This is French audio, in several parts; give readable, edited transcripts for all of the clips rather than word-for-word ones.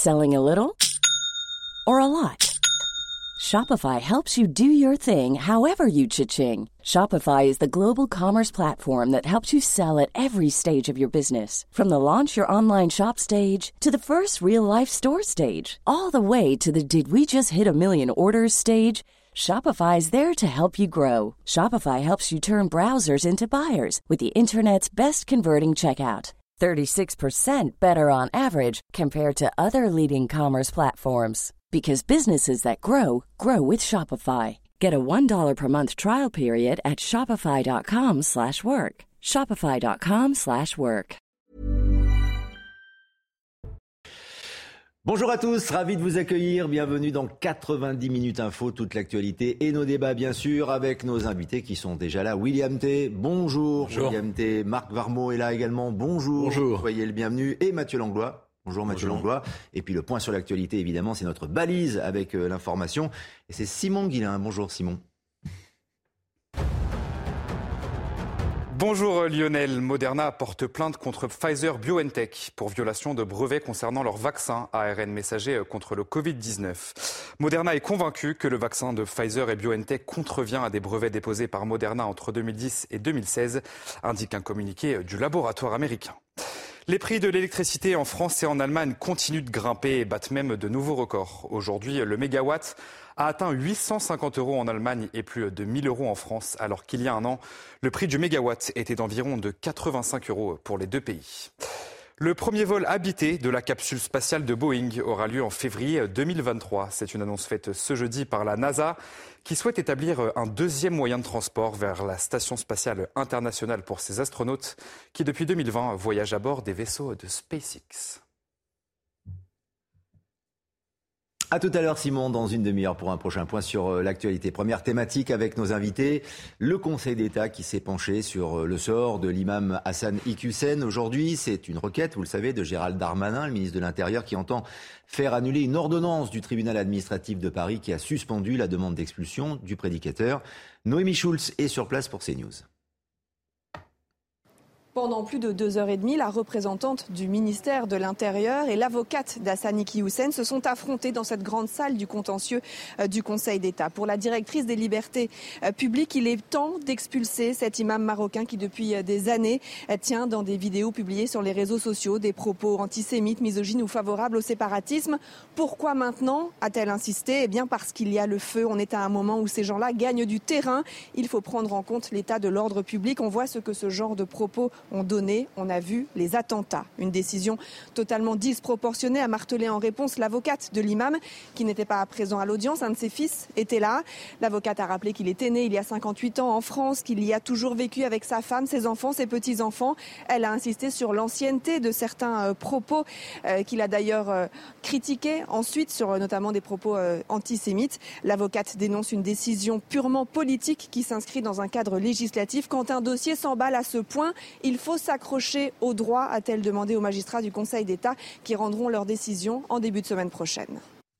Selling a little or a lot? Shopify helps you do your thing however you cha-ching. Shopify is the global commerce platform that helps you sell at every stage of your business. From the launch your online shop stage to the first real-life store stage, all the way to the did we just hit a million orders stage. Shopify is there to help you grow. Shopify helps you turn browsers into buyers with the internet's best converting checkout. 36% better on average compared to other leading commerce platforms. Because businesses that grow, grow with Shopify. Get a $1 per month trial period at shopify.com/work. Shopify.com/work. Bonjour à tous, ravi de vous accueillir. Bienvenue dans 90 minutes info, toute l'actualité et nos débats bien sûr avec nos invités qui sont déjà là. William T, bonjour. William T, Marc Varmot est là également, bonjour. Soyez le bienvenu. Et Mathieu Langlois. Bonjour Mathieu Langlois. Et puis le point sur l'actualité évidemment, c'est notre balise avec l'information. Et c'est Simon Guillain. Bonjour Simon. Bonjour Lionel, Moderna porte plainte contre Pfizer-BioNTech pour violation de brevets concernant leur vaccin ARN messager contre le Covid-19. Moderna est convaincu que le vaccin de Pfizer et BioNTech contrevient à des brevets déposés par Moderna entre 2010 et 2016, indique un communiqué du laboratoire américain. Les prix de l'électricité en France et en Allemagne continuent de grimper et battent même de nouveaux records. Aujourd'hui, le mégawatt a atteint 850 € en Allemagne et plus de 1 000 € en France, alors qu'il y a un an, le prix du mégawatt était d'environ de 85 € pour les deux pays. Le premier vol habité de la capsule spatiale de Boeing aura lieu en février 2023. C'est une annonce faite ce jeudi par la NASA qui souhaite établir un deuxième moyen de transport vers la Station spatiale internationale pour ses astronautes qui, depuis 2020, voyagent à bord des vaisseaux de SpaceX. A tout à l'heure Simon, dans une demi-heure pour un prochain point sur l'actualité. Première thématique avec nos invités, le Conseil d'État qui s'est penché sur le sort de l'imam Hassan Iqiyoussen. Aujourd'hui, c'est une requête, vous le savez, de Gérald Darmanin, le ministre de l'Intérieur, qui entend faire annuler une ordonnance du tribunal administratif de Paris qui a suspendu la demande d'expulsion du prédicateur. Noémie Schulz est sur place pour CNews. Pendant plus de 2h30, la représentante du ministère de l'Intérieur et l'avocate d'Hassan Iqiyoussen se sont affrontées dans cette grande salle du contentieux du Conseil d'État. Pour la directrice des libertés publiques, il est temps d'expulser cet imam marocain qui, depuis des années, tient dans des vidéos publiées sur les réseaux sociaux des propos antisémites, misogynes ou favorables au séparatisme. Pourquoi maintenant, a-t-elle insisté ? Eh bien parce qu'il y a le feu. On est à un moment où ces gens-là gagnent du terrain. Il faut prendre en compte l'état de l'ordre public. On voit ce que ce genre de propos ont donné, on a vu les attentats. Une décision totalement disproportionnée, a martelé en réponse l'avocate de l'imam qui n'était pas présent à l'audience. Un de ses fils était là. L'avocate a rappelé qu'il était né il y a 58 ans en France, qu'il y a toujours vécu avec sa femme, ses enfants, ses petits-enfants. Elle a insisté sur l'ancienneté de certains propos qu'il a d'ailleurs critiqués ensuite, sur notamment des propos antisémites. L'avocate dénonce une décision purement politique qui s'inscrit dans un cadre législatif. Quand un dossier s'emballe à ce point, il faut s'accrocher au droit, a-t-elle demandé aux magistrats du Conseil d'État qui rendront leur décision en début de semaine prochaine.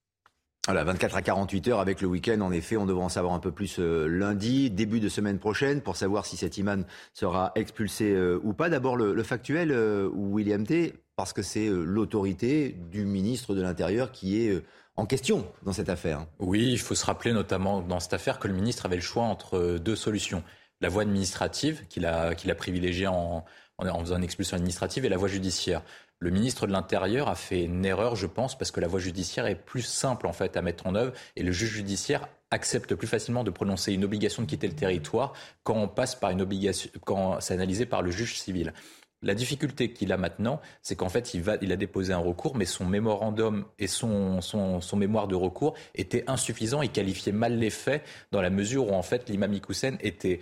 Voilà, 24 à 48 heures avec le week-end, en effet, on devra en savoir un peu plus lundi, début de semaine prochaine, pour savoir si cet imam sera expulsé ou pas. D'abord le factuel, William T, parce que c'est l'autorité du ministre de l'Intérieur qui est en question dans cette affaire. Oui, il faut se rappeler notamment dans cette affaire que le ministre avait le choix entre deux solutions. La voie administrative qu'il a privilégiée en faisant une expulsion administrative et la voie judiciaire. Le ministre de l'Intérieur a fait une erreur, je pense, parce que la voie judiciaire est plus simple en fait à mettre en œuvre et le juge judiciaire accepte plus facilement de prononcer une obligation de quitter le territoire quand on passe par une obligation, quand c'est analysé par le juge civil. La difficulté qu'il a maintenant, c'est qu'en fait, il a déposé un recours, mais son mémorandum et son mémoire de recours étaient insuffisants et qualifiaient mal les faits dans la mesure où, en fait, l'imam Iqiyoussen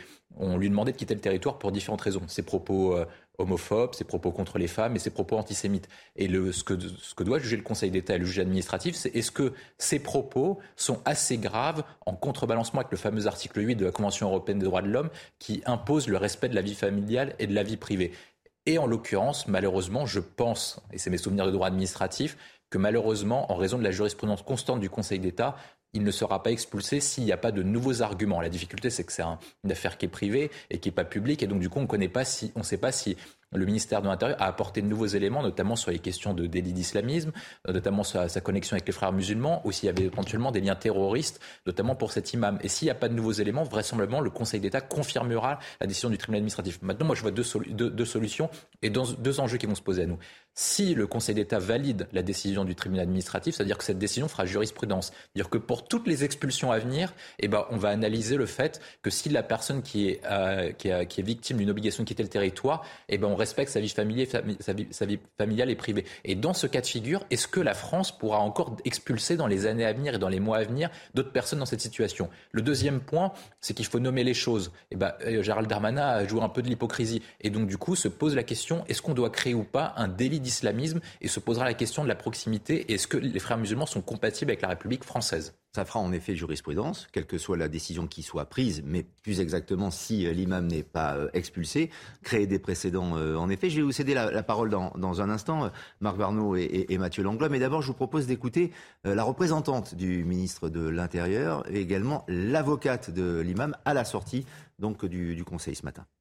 on lui demandait de quitter le territoire pour différentes raisons. Ses propos homophobes, ses propos contre les femmes et ses propos antisémites. Et ce que doit juger le Conseil d'État et le juge administratif, c'est est-ce que ces propos sont assez graves en contrebalancement avec le fameux article 8 de la Convention européenne des droits de l'homme qui impose le respect de la vie familiale et de la vie privée. Et en l'occurrence, malheureusement, je pense, et c'est mes souvenirs de droit administratif, que malheureusement, en raison de la jurisprudence constante du Conseil d'État, il ne sera pas expulsé s'il n'y a pas de nouveaux arguments. La difficulté, c'est que c'est une affaire qui est privée et qui n'est pas publique. Et donc, du coup, on ne sait pas si le ministère de l'Intérieur a apporté de nouveaux éléments, notamment sur les questions de délit d'islamisme, notamment sur sa connexion avec les frères musulmans, ou s'il y avait éventuellement des liens terroristes, notamment pour cet imam. Et s'il n'y a pas de nouveaux éléments, vraisemblablement, le Conseil d'État confirmera la décision du tribunal administratif. Maintenant, moi, je vois deux solutions et deux enjeux qui vont se poser à nous. Si le Conseil d'État valide la décision du tribunal administratif, c'est-à-dire que cette décision fera jurisprudence. C'est-à-dire que pour toutes les expulsions à venir, on va analyser le fait que si la personne qui est victime d'une obligation de quitter le territoire, on respecte sa vie familiale et privée. Et dans ce cas de figure, est-ce que la France pourra encore expulser dans les années à venir et dans les mois à venir d'autres personnes dans cette situation ? Le deuxième point, c'est qu'il faut nommer les choses. Gérald Darmanin a joué un peu de l'hypocrisie. Et donc, du coup, se pose la question, est-ce qu'on doit créer ou pas un délit d'islamisme ? Et se posera la question de la proximité. Est-ce que les frères musulmans sont compatibles avec la République française ? Ça fera en effet jurisprudence, quelle que soit la décision qui soit prise, mais plus exactement si l'imam n'est pas expulsé, créer des précédents en effet. Je vais vous céder la parole dans un instant, Marc Warnot et Mathieu Langlois, mais d'abord je vous propose d'écouter la représentante du ministre de l'Intérieur et également l'avocate de l'imam à la sortie donc, du Conseil ce matin.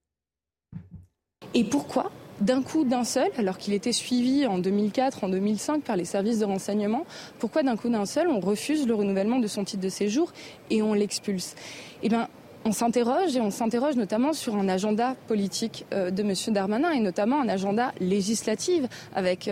Et pourquoi ? D'un coup, d'un seul, alors qu'il était suivi en 2004, en 2005 par les services de renseignement, pourquoi d'un coup d'un seul, on refuse le renouvellement de son titre de séjour et on l'expulse ? On s'interroge notamment sur un agenda politique de M. Darmanin et notamment un agenda législatif avec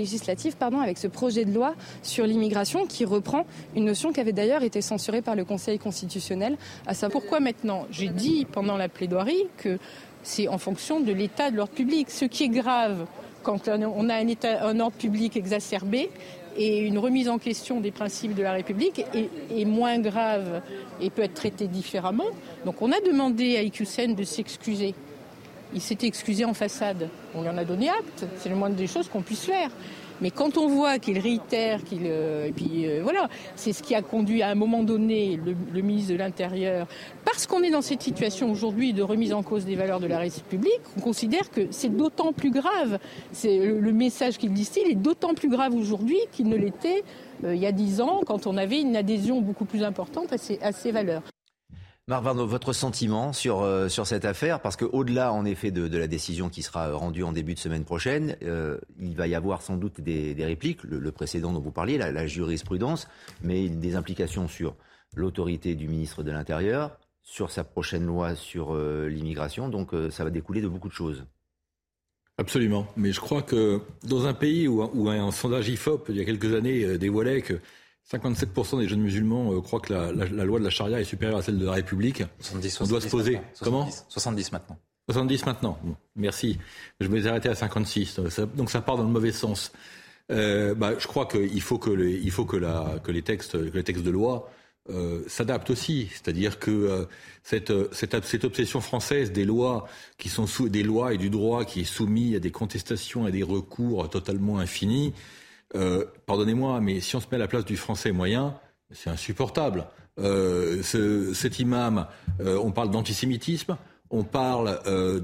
ce projet de loi sur l'immigration qui reprend une notion qui avait d'ailleurs été censurée par le Conseil constitutionnel. À savoir... Pourquoi maintenant ? J'ai dit pendant la plaidoirie que c'est en fonction de l'état de l'ordre public. Ce qui est grave quand on a un ordre public exacerbé et une remise en question des principes de la République est moins grave et peut être traité différemment. Donc on a demandé à IQCN de s'excuser. Il s'est excusé en façade. On lui en a donné acte. C'est le moindre des choses qu'on puisse faire. Mais quand on voit qu'il réitère, c'est ce qui a conduit à un moment donné le ministre de l'Intérieur, parce qu'on est dans cette situation aujourd'hui de remise en cause des valeurs de la République, on considère que c'est d'autant plus grave. C'est le message qu'il distille est d'autant plus grave aujourd'hui qu'il ne l'était il y a 10 ans, quand on avait une adhésion beaucoup plus importante à ces valeurs. Marc Warnot, votre sentiment sur cette affaire, parce qu'au-delà en effet de la décision qui sera rendue en début de semaine prochaine, il va y avoir sans doute des répliques, le précédent dont vous parliez, la jurisprudence, mais des implications sur l'autorité du ministre de l'Intérieur, sur sa prochaine loi sur l'immigration, donc ça va découler de beaucoup de choses. Absolument, mais je crois que dans un pays où un sondage IFOP il y a quelques années dévoilait que 57% des jeunes musulmans croient que la loi de la charia est supérieure à celle de la République. 70, on doit se poser. Comment ? 70 maintenant. 70 maintenant. Bon, merci. Je me suis arrêté à 56. Donc ça part dans le mauvais sens. Je crois qu'il faut que les textes de loi s'adaptent aussi. C'est-à-dire que cette obsession française des lois qui sont des lois et du droit qui est soumis à des contestations et des recours totalement infinis. Pardonnez-moi, mais si on se met à la place du Français moyen, c'est insupportable. Cet imam, on parle d'antisémitisme, on parle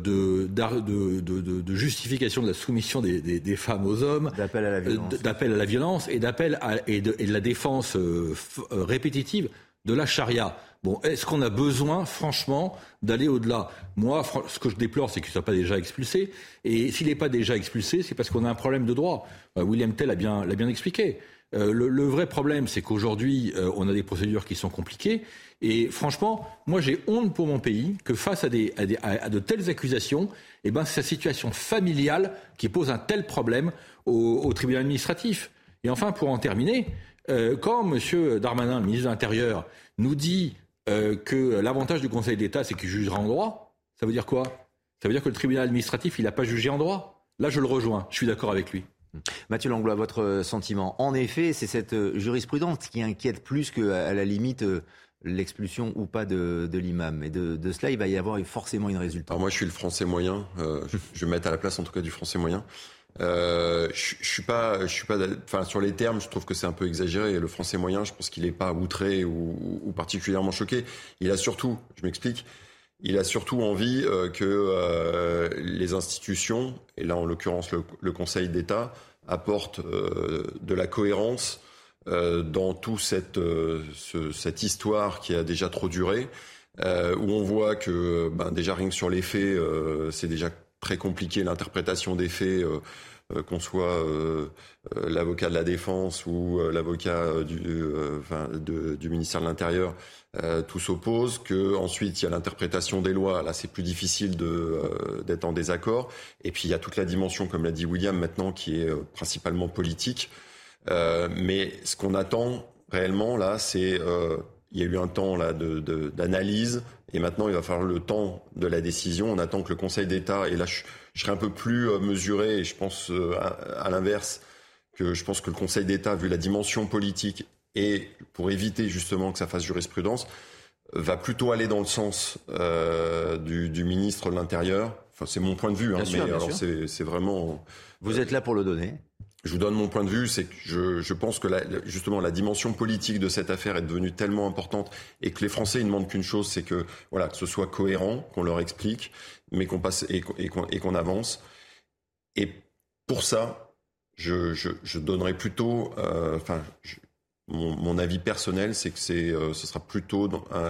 de justification de la soumission des femmes aux hommes, d'appel à la violence et de la défense répétitive de la charia. Bon, est-ce qu'on a besoin, franchement, d'aller au-delà ? Moi, ce que je déplore, c'est qu'il ne soit pas déjà expulsé. Et s'il n'est pas déjà expulsé, c'est parce qu'on a un problème de droit. William Tell l'a bien expliqué. Le vrai problème, c'est qu'aujourd'hui, on a des procédures qui sont compliquées. Et franchement, moi, j'ai honte pour mon pays que face à de telles accusations, c'est sa situation familiale qui pose un tel problème au tribunal administratif. Et enfin, pour en terminer, quand M. Darmanin, le ministre de l'Intérieur, nous dit que l'avantage du Conseil d'État, c'est qu'il jugera en droit, ça veut dire quoi ? Ça veut dire que le tribunal administratif, il n'a pas jugé en droit. Là, je le rejoins, je suis d'accord avec lui. Mathieu Langlois, votre sentiment ? En effet, c'est cette jurisprudence qui inquiète plus qu'à la limite l'expulsion ou pas de l'imam. Et de cela, il va y avoir forcément une résultante. Alors moi, je suis le Français moyen. Je vais me mettre à la place, en tout cas, du Français moyen. Je suis pas. Enfin, sur les termes, je trouve que c'est un peu exagéré. Le Français moyen, je pense qu'il n'est pas outré ou particulièrement choqué. Il a surtout, je m'explique, il a surtout envie que les institutions, et là en l'occurrence le Conseil d'État, apportent de la cohérence dans toute cette histoire qui a déjà trop duré, où on voit que déjà rien que sur les faits, c'est déjà très compliqué l'interprétation des faits, qu'on soit l'avocat de la défense ou l'avocat du ministère de l'Intérieur, tout s'oppose, que ensuite il y a l'interprétation des lois. Là, c'est plus difficile d'être en désaccord. Et puis il y a toute la dimension, comme l'a dit William, maintenant, qui est principalement politique. Mais ce qu'on attend réellement là, c'est il y a eu un temps là d'analyse, et maintenant il va falloir le temps de la décision. On attend que le Conseil d'État, et là je serai un peu plus mesuré, et je pense à l'inverse, que je pense que le Conseil d'État, vu la dimension politique, et pour éviter justement que ça fasse jurisprudence, va plutôt aller dans le sens du ministre de l'Intérieur. Enfin, c'est mon point de vue, hein, mais alors c'est vraiment... Vous êtes là pour le donner. Je vous donne mon point de vue, c'est que je pense que justement la dimension politique de cette affaire est devenue tellement importante, et que les Français ils ne demandent qu'une chose, c'est que voilà, que ce soit cohérent, qu'on leur explique, mais qu'on passe et qu'on avance. Et pour ça, je donnerais plutôt, mon avis personnel, c'est que ce sera plutôt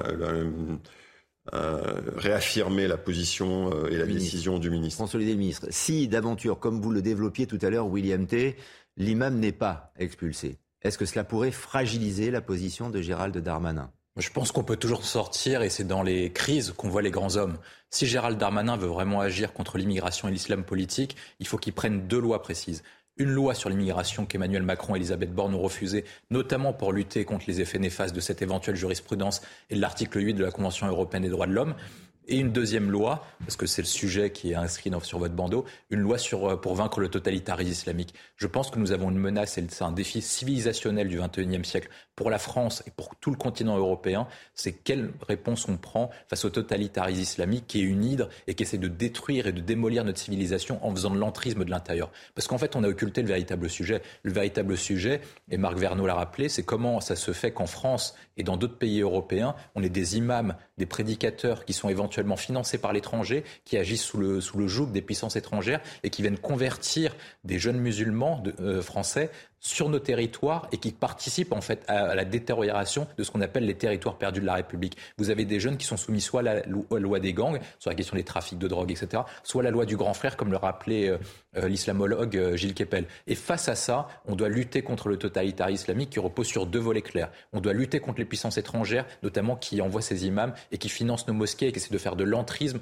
réaffirmer la position et la décision du ministre. Consolider le ministre. Si d'aventure, comme vous le développiez tout à l'heure, William T., l'imam n'est pas expulsé, est-ce que cela pourrait fragiliser la position de Gérald Darmanin ? Je pense qu'on peut toujours sortir, et c'est dans les crises qu'on voit les grands hommes. Si Gérald Darmanin veut vraiment agir contre l'immigration et l'islam politique, il faut qu'il prenne 2 lois précises. Une loi sur l'immigration qu'Emmanuel Macron et Elisabeth Borne ont refusée, notamment pour lutter contre les effets néfastes de cette éventuelle jurisprudence et de l'article 8 de la Convention européenne des droits de l'homme. Et une deuxième loi, parce que c'est le sujet qui est inscrit sur votre bandeau, une loi pour vaincre le totalitarisme islamique. Je pense que nous avons une menace, et c'est un défi civilisationnel du XXIe siècle pour la France et pour tout le continent européen. C'est quelle réponse on prend face au totalitarisme islamique, qui est une hydre et qui essaie de détruire et de démolir notre civilisation en faisant de l'entrisme de l'intérieur. Parce qu'en fait, on a occulté le véritable sujet. Le véritable sujet, et Marc Verneau l'a rappelé, c'est comment ça se fait qu'en France et dans d'autres pays européens, on ait des imams, des prédicateurs qui sont éventuellement financés par l'étranger, qui agissent sous le joug des puissances étrangères et qui viennent convertir des jeunes musulmans français sur nos territoires, et qui participent en fait à la détérioration de ce qu'on appelle les territoires perdus de la République. Vous avez des jeunes qui sont soumis soit à la loi des gangs, sur la question des trafics de drogue, etc., soit à la loi du grand frère, comme le rappelait l'islamologue Gilles Kepel. Et face à ça, on doit lutter contre le totalitarisme islamique qui repose sur 2 volets clairs. On doit lutter contre les puissances étrangères, notamment qui envoient ces imams et qui financent nos mosquées et qui essaient de faire de l'entrisme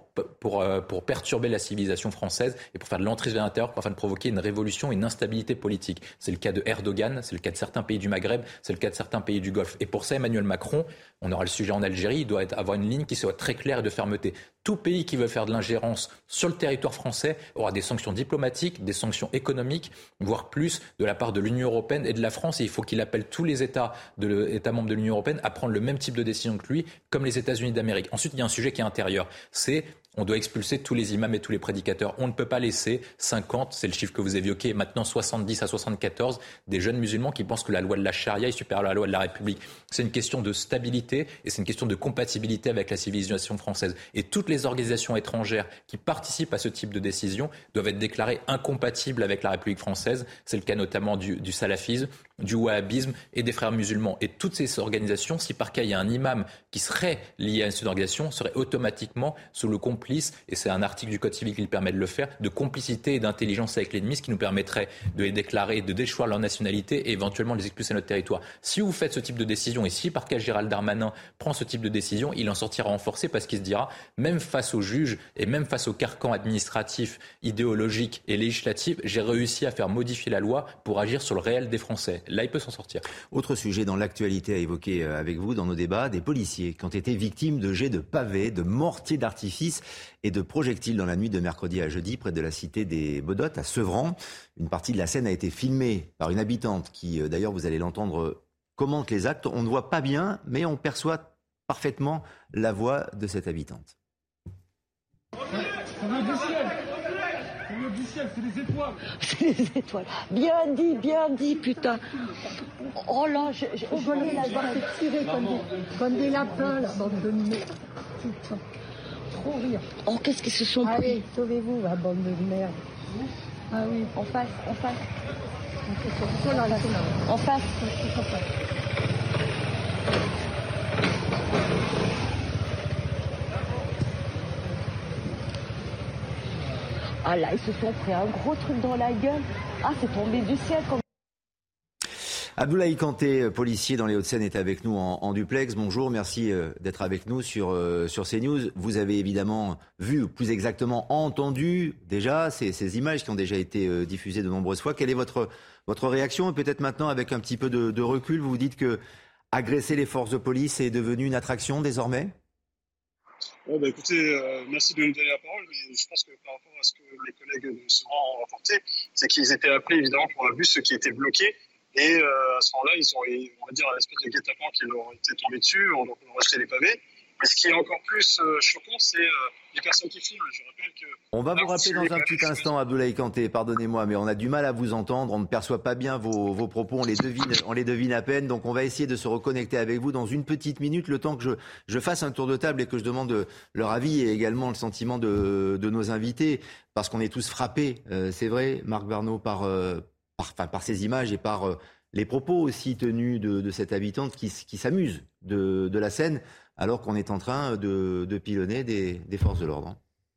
pour perturber la civilisation française et pour faire de l'entrisme à l'intérieur, afin de provoquer une révolution et une instabilité politique. C'est le cas de Erdogan, c'est le cas de certains pays du Maghreb, c'est le cas de certains pays du Golfe. Et pour ça, Emmanuel Macron, on aura le sujet en Algérie, il doit avoir une ligne qui soit très claire et de fermeté. Tout pays qui veut faire de l'ingérence sur le territoire français aura des sanctions diplomatiques, des sanctions économiques, voire plus, de la part de l'Union européenne et de la France. Et il faut qu'il appelle tous les États membres de l'Union européenne à prendre le même type de décision que lui, comme les États-Unis d'Amérique. Ensuite, il y a un sujet qui est intérieur. On doit expulser tous les imams et tous les prédicateurs. On ne peut pas laisser 50, c'est le chiffre que vous évoquez, maintenant 70 à 74, des jeunes musulmans qui pensent que la loi de la charia est supérieure à la loi de la République. C'est une question de stabilité et c'est une question de compatibilité avec la civilisation française. Et toutes les organisations étrangères qui participent à ce type de décision doivent être déclarées incompatibles avec la République française. C'est le cas notamment du salafisme, du wahhabisme et des frères musulmans. Et toutes ces organisations, si par cas il y a un imam qui serait lié à cette organisation, seraient automatiquement sous le complice, et c'est un article du Code civil qui le permet de le faire, de complicité et d'intelligence avec l'ennemi, ce qui nous permettrait de les déclarer, de déchoir leur nationalité et éventuellement de les expulser de notre territoire. Si vous faites ce type de décision, et si par cas Gérald Darmanin prend ce type de décision, il en sortira renforcé, parce qu'il se dira, même face aux juges et même face au carcan administratif, idéologique et législatif, j'ai réussi à faire modifier la loi pour agir sur le réel des Français. Là, il peut s'en sortir. Autre sujet dans l'actualité à évoquer avec vous dans nos débats, des policiers qui ont été victimes de jets de pavés, de mortiers d'artifice et de projectiles dans la nuit de mercredi à jeudi près de la cité des Baudottes à Sevran. Une partie de la scène a été filmée par une habitante qui, d'ailleurs, vous allez l'entendre, commente les actes. On ne voit pas bien, mais on perçoit parfaitement la voix de cette habitante. Ça vient du ciel. Ça vient du ciel, c'est des étoiles. C'est des étoiles. Bien dit, putain. Oh là, je voulais la voir se tirer comme des lapins, la bande de merde. Putain. Trop rire. Oh, qu'est-ce qu'ils se sont pris. Allez, sauvez-vous, la bande de merde. Ah oui, en face. En face. Ah là, ils se sont pris un gros truc dans la gueule. Ah, c'est tombé du ciel comme... Abdoulaye Kanté, policier dans les Hauts-de-Seine, est avec nous en duplex. Bonjour, merci d'être avec nous sur CNews. Vous avez évidemment vu, ou plus exactement entendu déjà ces images qui ont déjà été diffusées de nombreuses fois. Quelle est votre réaction? Et peut-être maintenant, avec un petit peu de recul, vous vous dites que agresser les forces de police est devenu une attraction désormais? Écoutez, merci de nous donner la parole, mais je pense que par rapport à ce que les collègues de Sevran ont rapporté, c'est qu'ils étaient appelés évidemment pour un bus qui était bloqué. Et à ce moment-là, ils ont, on va dire, un espèce de guet-apens qui leur était tombé dessus, donc on leur a jeté les pavés. Mais ce qui est encore plus choquant, c'est les personnes qui filment. Je rappelle que... On va vous rappeler dans un petit instant, Abdoulaye Kanté, pardonnez-moi, mais on a du mal à vous entendre, on ne perçoit pas bien vos propos, on les devine à peine, donc on va essayer de se reconnecter avec vous dans une petite minute, le temps que je fasse un tour de table et que je demande leur avis et également le sentiment de nos invités, parce qu'on est tous frappés, c'est vrai, Marc Barneau, par ces images et par les propos aussi tenus de cette habitante qui s'amuse de la scène, alors qu'on est en train de pilonner des forces de l'ordre.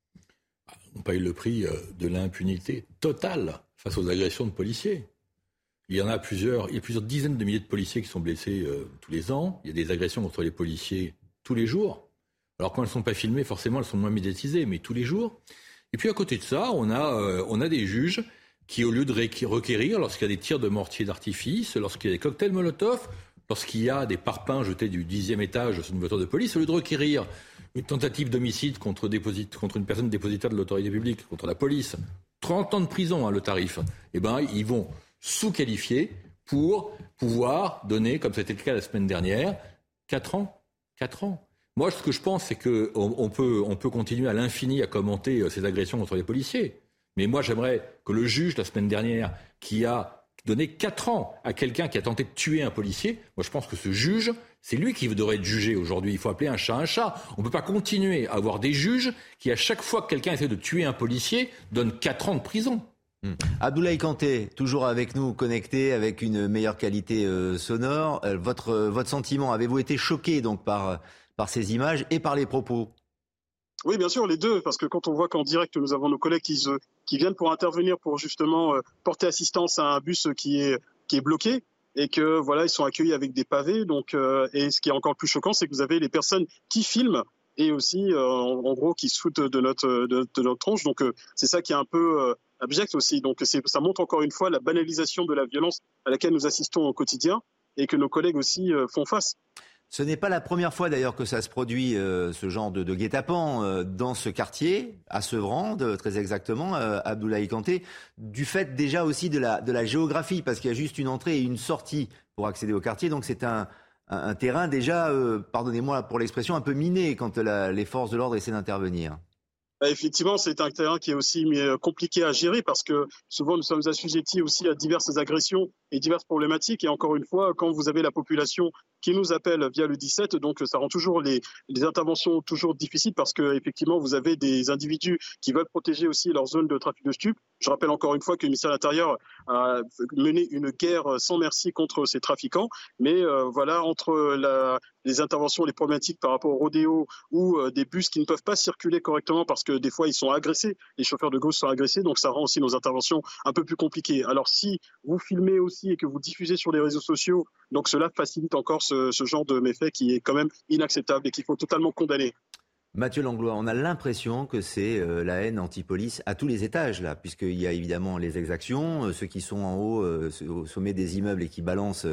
On paye le prix de l'impunité totale face aux agressions de policiers. Il y a plusieurs dizaines de milliers de policiers qui sont blessés tous les ans. Il y a des agressions contre les policiers tous les jours. Alors quand elles ne sont pas filmées, forcément, elles sont moins médiatisées, mais tous les jours. Et puis à côté de ça, on a des juges qui, au lieu de requérir, lorsqu'il y a des tirs de mortier d'artifice, lorsqu'il y a des cocktails Molotov, lorsqu'il y a des parpaings jetés du 10e étage sur une voiture de police, au lieu de requérir une tentative d'homicide contre une personne dépositaire de l'autorité publique, contre la police, 30 ans de prison, le tarif, ils vont sous-qualifier pour pouvoir donner, comme c'était le cas la semaine dernière, 4 ans. 4 ans. Moi, ce que je pense, c'est qu'on peut continuer à l'infini à commenter ces agressions contre les policiers. Mais moi, j'aimerais que le juge, la semaine dernière, qui a donné 4 ans à quelqu'un qui a tenté de tuer un policier, moi je pense que ce juge, c'est lui qui devrait être jugé aujourd'hui. Il faut appeler un chat un chat. On ne peut pas continuer à avoir des juges qui, à chaque fois que quelqu'un essaie de tuer un policier, donnent 4 ans de prison. Abdoulaye Kanté, toujours avec nous, connecté, avec une meilleure qualité sonore. Votre sentiment, avez-vous été choqué donc par ces images et par les propos ? Oui, bien sûr, les deux, parce que quand on voit qu'en direct, nous avons nos collègues qui viennent pour intervenir pour justement porter assistance à un bus qui est bloqué et que voilà, ils sont accueillis avec des pavés. Donc, et ce qui est encore plus choquant, c'est que vous avez les personnes qui filment et aussi, en gros, qui se foutent de notre tronche. Donc, c'est ça qui est un peu abject aussi. Donc, ça montre encore une fois la banalisation de la violence à laquelle nous assistons au quotidien et que nos collègues aussi font face. Ce n'est pas la première fois d'ailleurs que ça se produit, ce genre de guet-apens dans ce quartier, à Sevran, très exactement, Abdoulaye Kanté, du fait déjà aussi de la géographie, parce qu'il y a juste une entrée et une sortie pour accéder au quartier, donc c'est un terrain déjà, pardonnez-moi pour l'expression, un peu miné quand les forces de l'ordre essaient d'intervenir. Effectivement, c'est un terrain qui est aussi compliqué à gérer parce que souvent nous sommes assujettis aussi à diverses agressions et diverses problématiques. Et encore une fois, quand vous avez la population qui nous appelle via le 17, donc ça rend toujours les interventions toujours difficiles parce que effectivement vous avez des individus qui veulent protéger aussi leur zone de trafic de stupes. Je rappelle encore une fois que le ministère de l'Intérieur a mené une guerre sans merci contre ces trafiquants. Mais voilà, entre les interventions, les problématiques par rapport au rodéo ou des bus qui ne peuvent pas circuler correctement parce que des fois ils sont agressés, les chauffeurs de bus sont agressés, donc ça rend aussi nos interventions un peu plus compliquées. Alors si vous filmez aussi et que vous diffusez sur les réseaux sociaux, donc cela facilite encore ce genre de méfait qui est quand même inacceptable et qu'il faut totalement condamner. Mathieu Langlois, on a l'impression que c'est la haine anti-police à tous les étages, là, puisqu'il y a évidemment les exactions, ceux qui sont en haut, au sommet des immeubles et qui balancent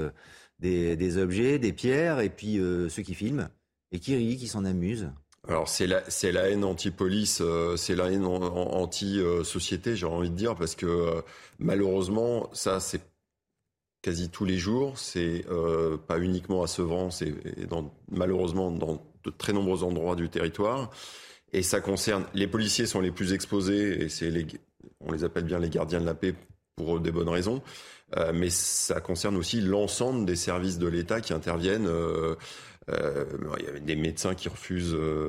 des objets, des pierres, et puis ceux qui filment et qui rient, qui s'en amusent. Alors c'est la haine anti-police, c'est la haine anti-société, j'ai envie de dire, parce que malheureusement, ça c'est quasi tous les jours, c'est pas uniquement à Sevran, c'est malheureusement dans de très nombreux endroits du territoire. Et ça concerne, les policiers sont les plus exposés, et on les appelle bien les gardiens de la paix pour des bonnes raisons, mais ça concerne aussi l'ensemble des services de l'État qui interviennent. Il y a des médecins qui refusent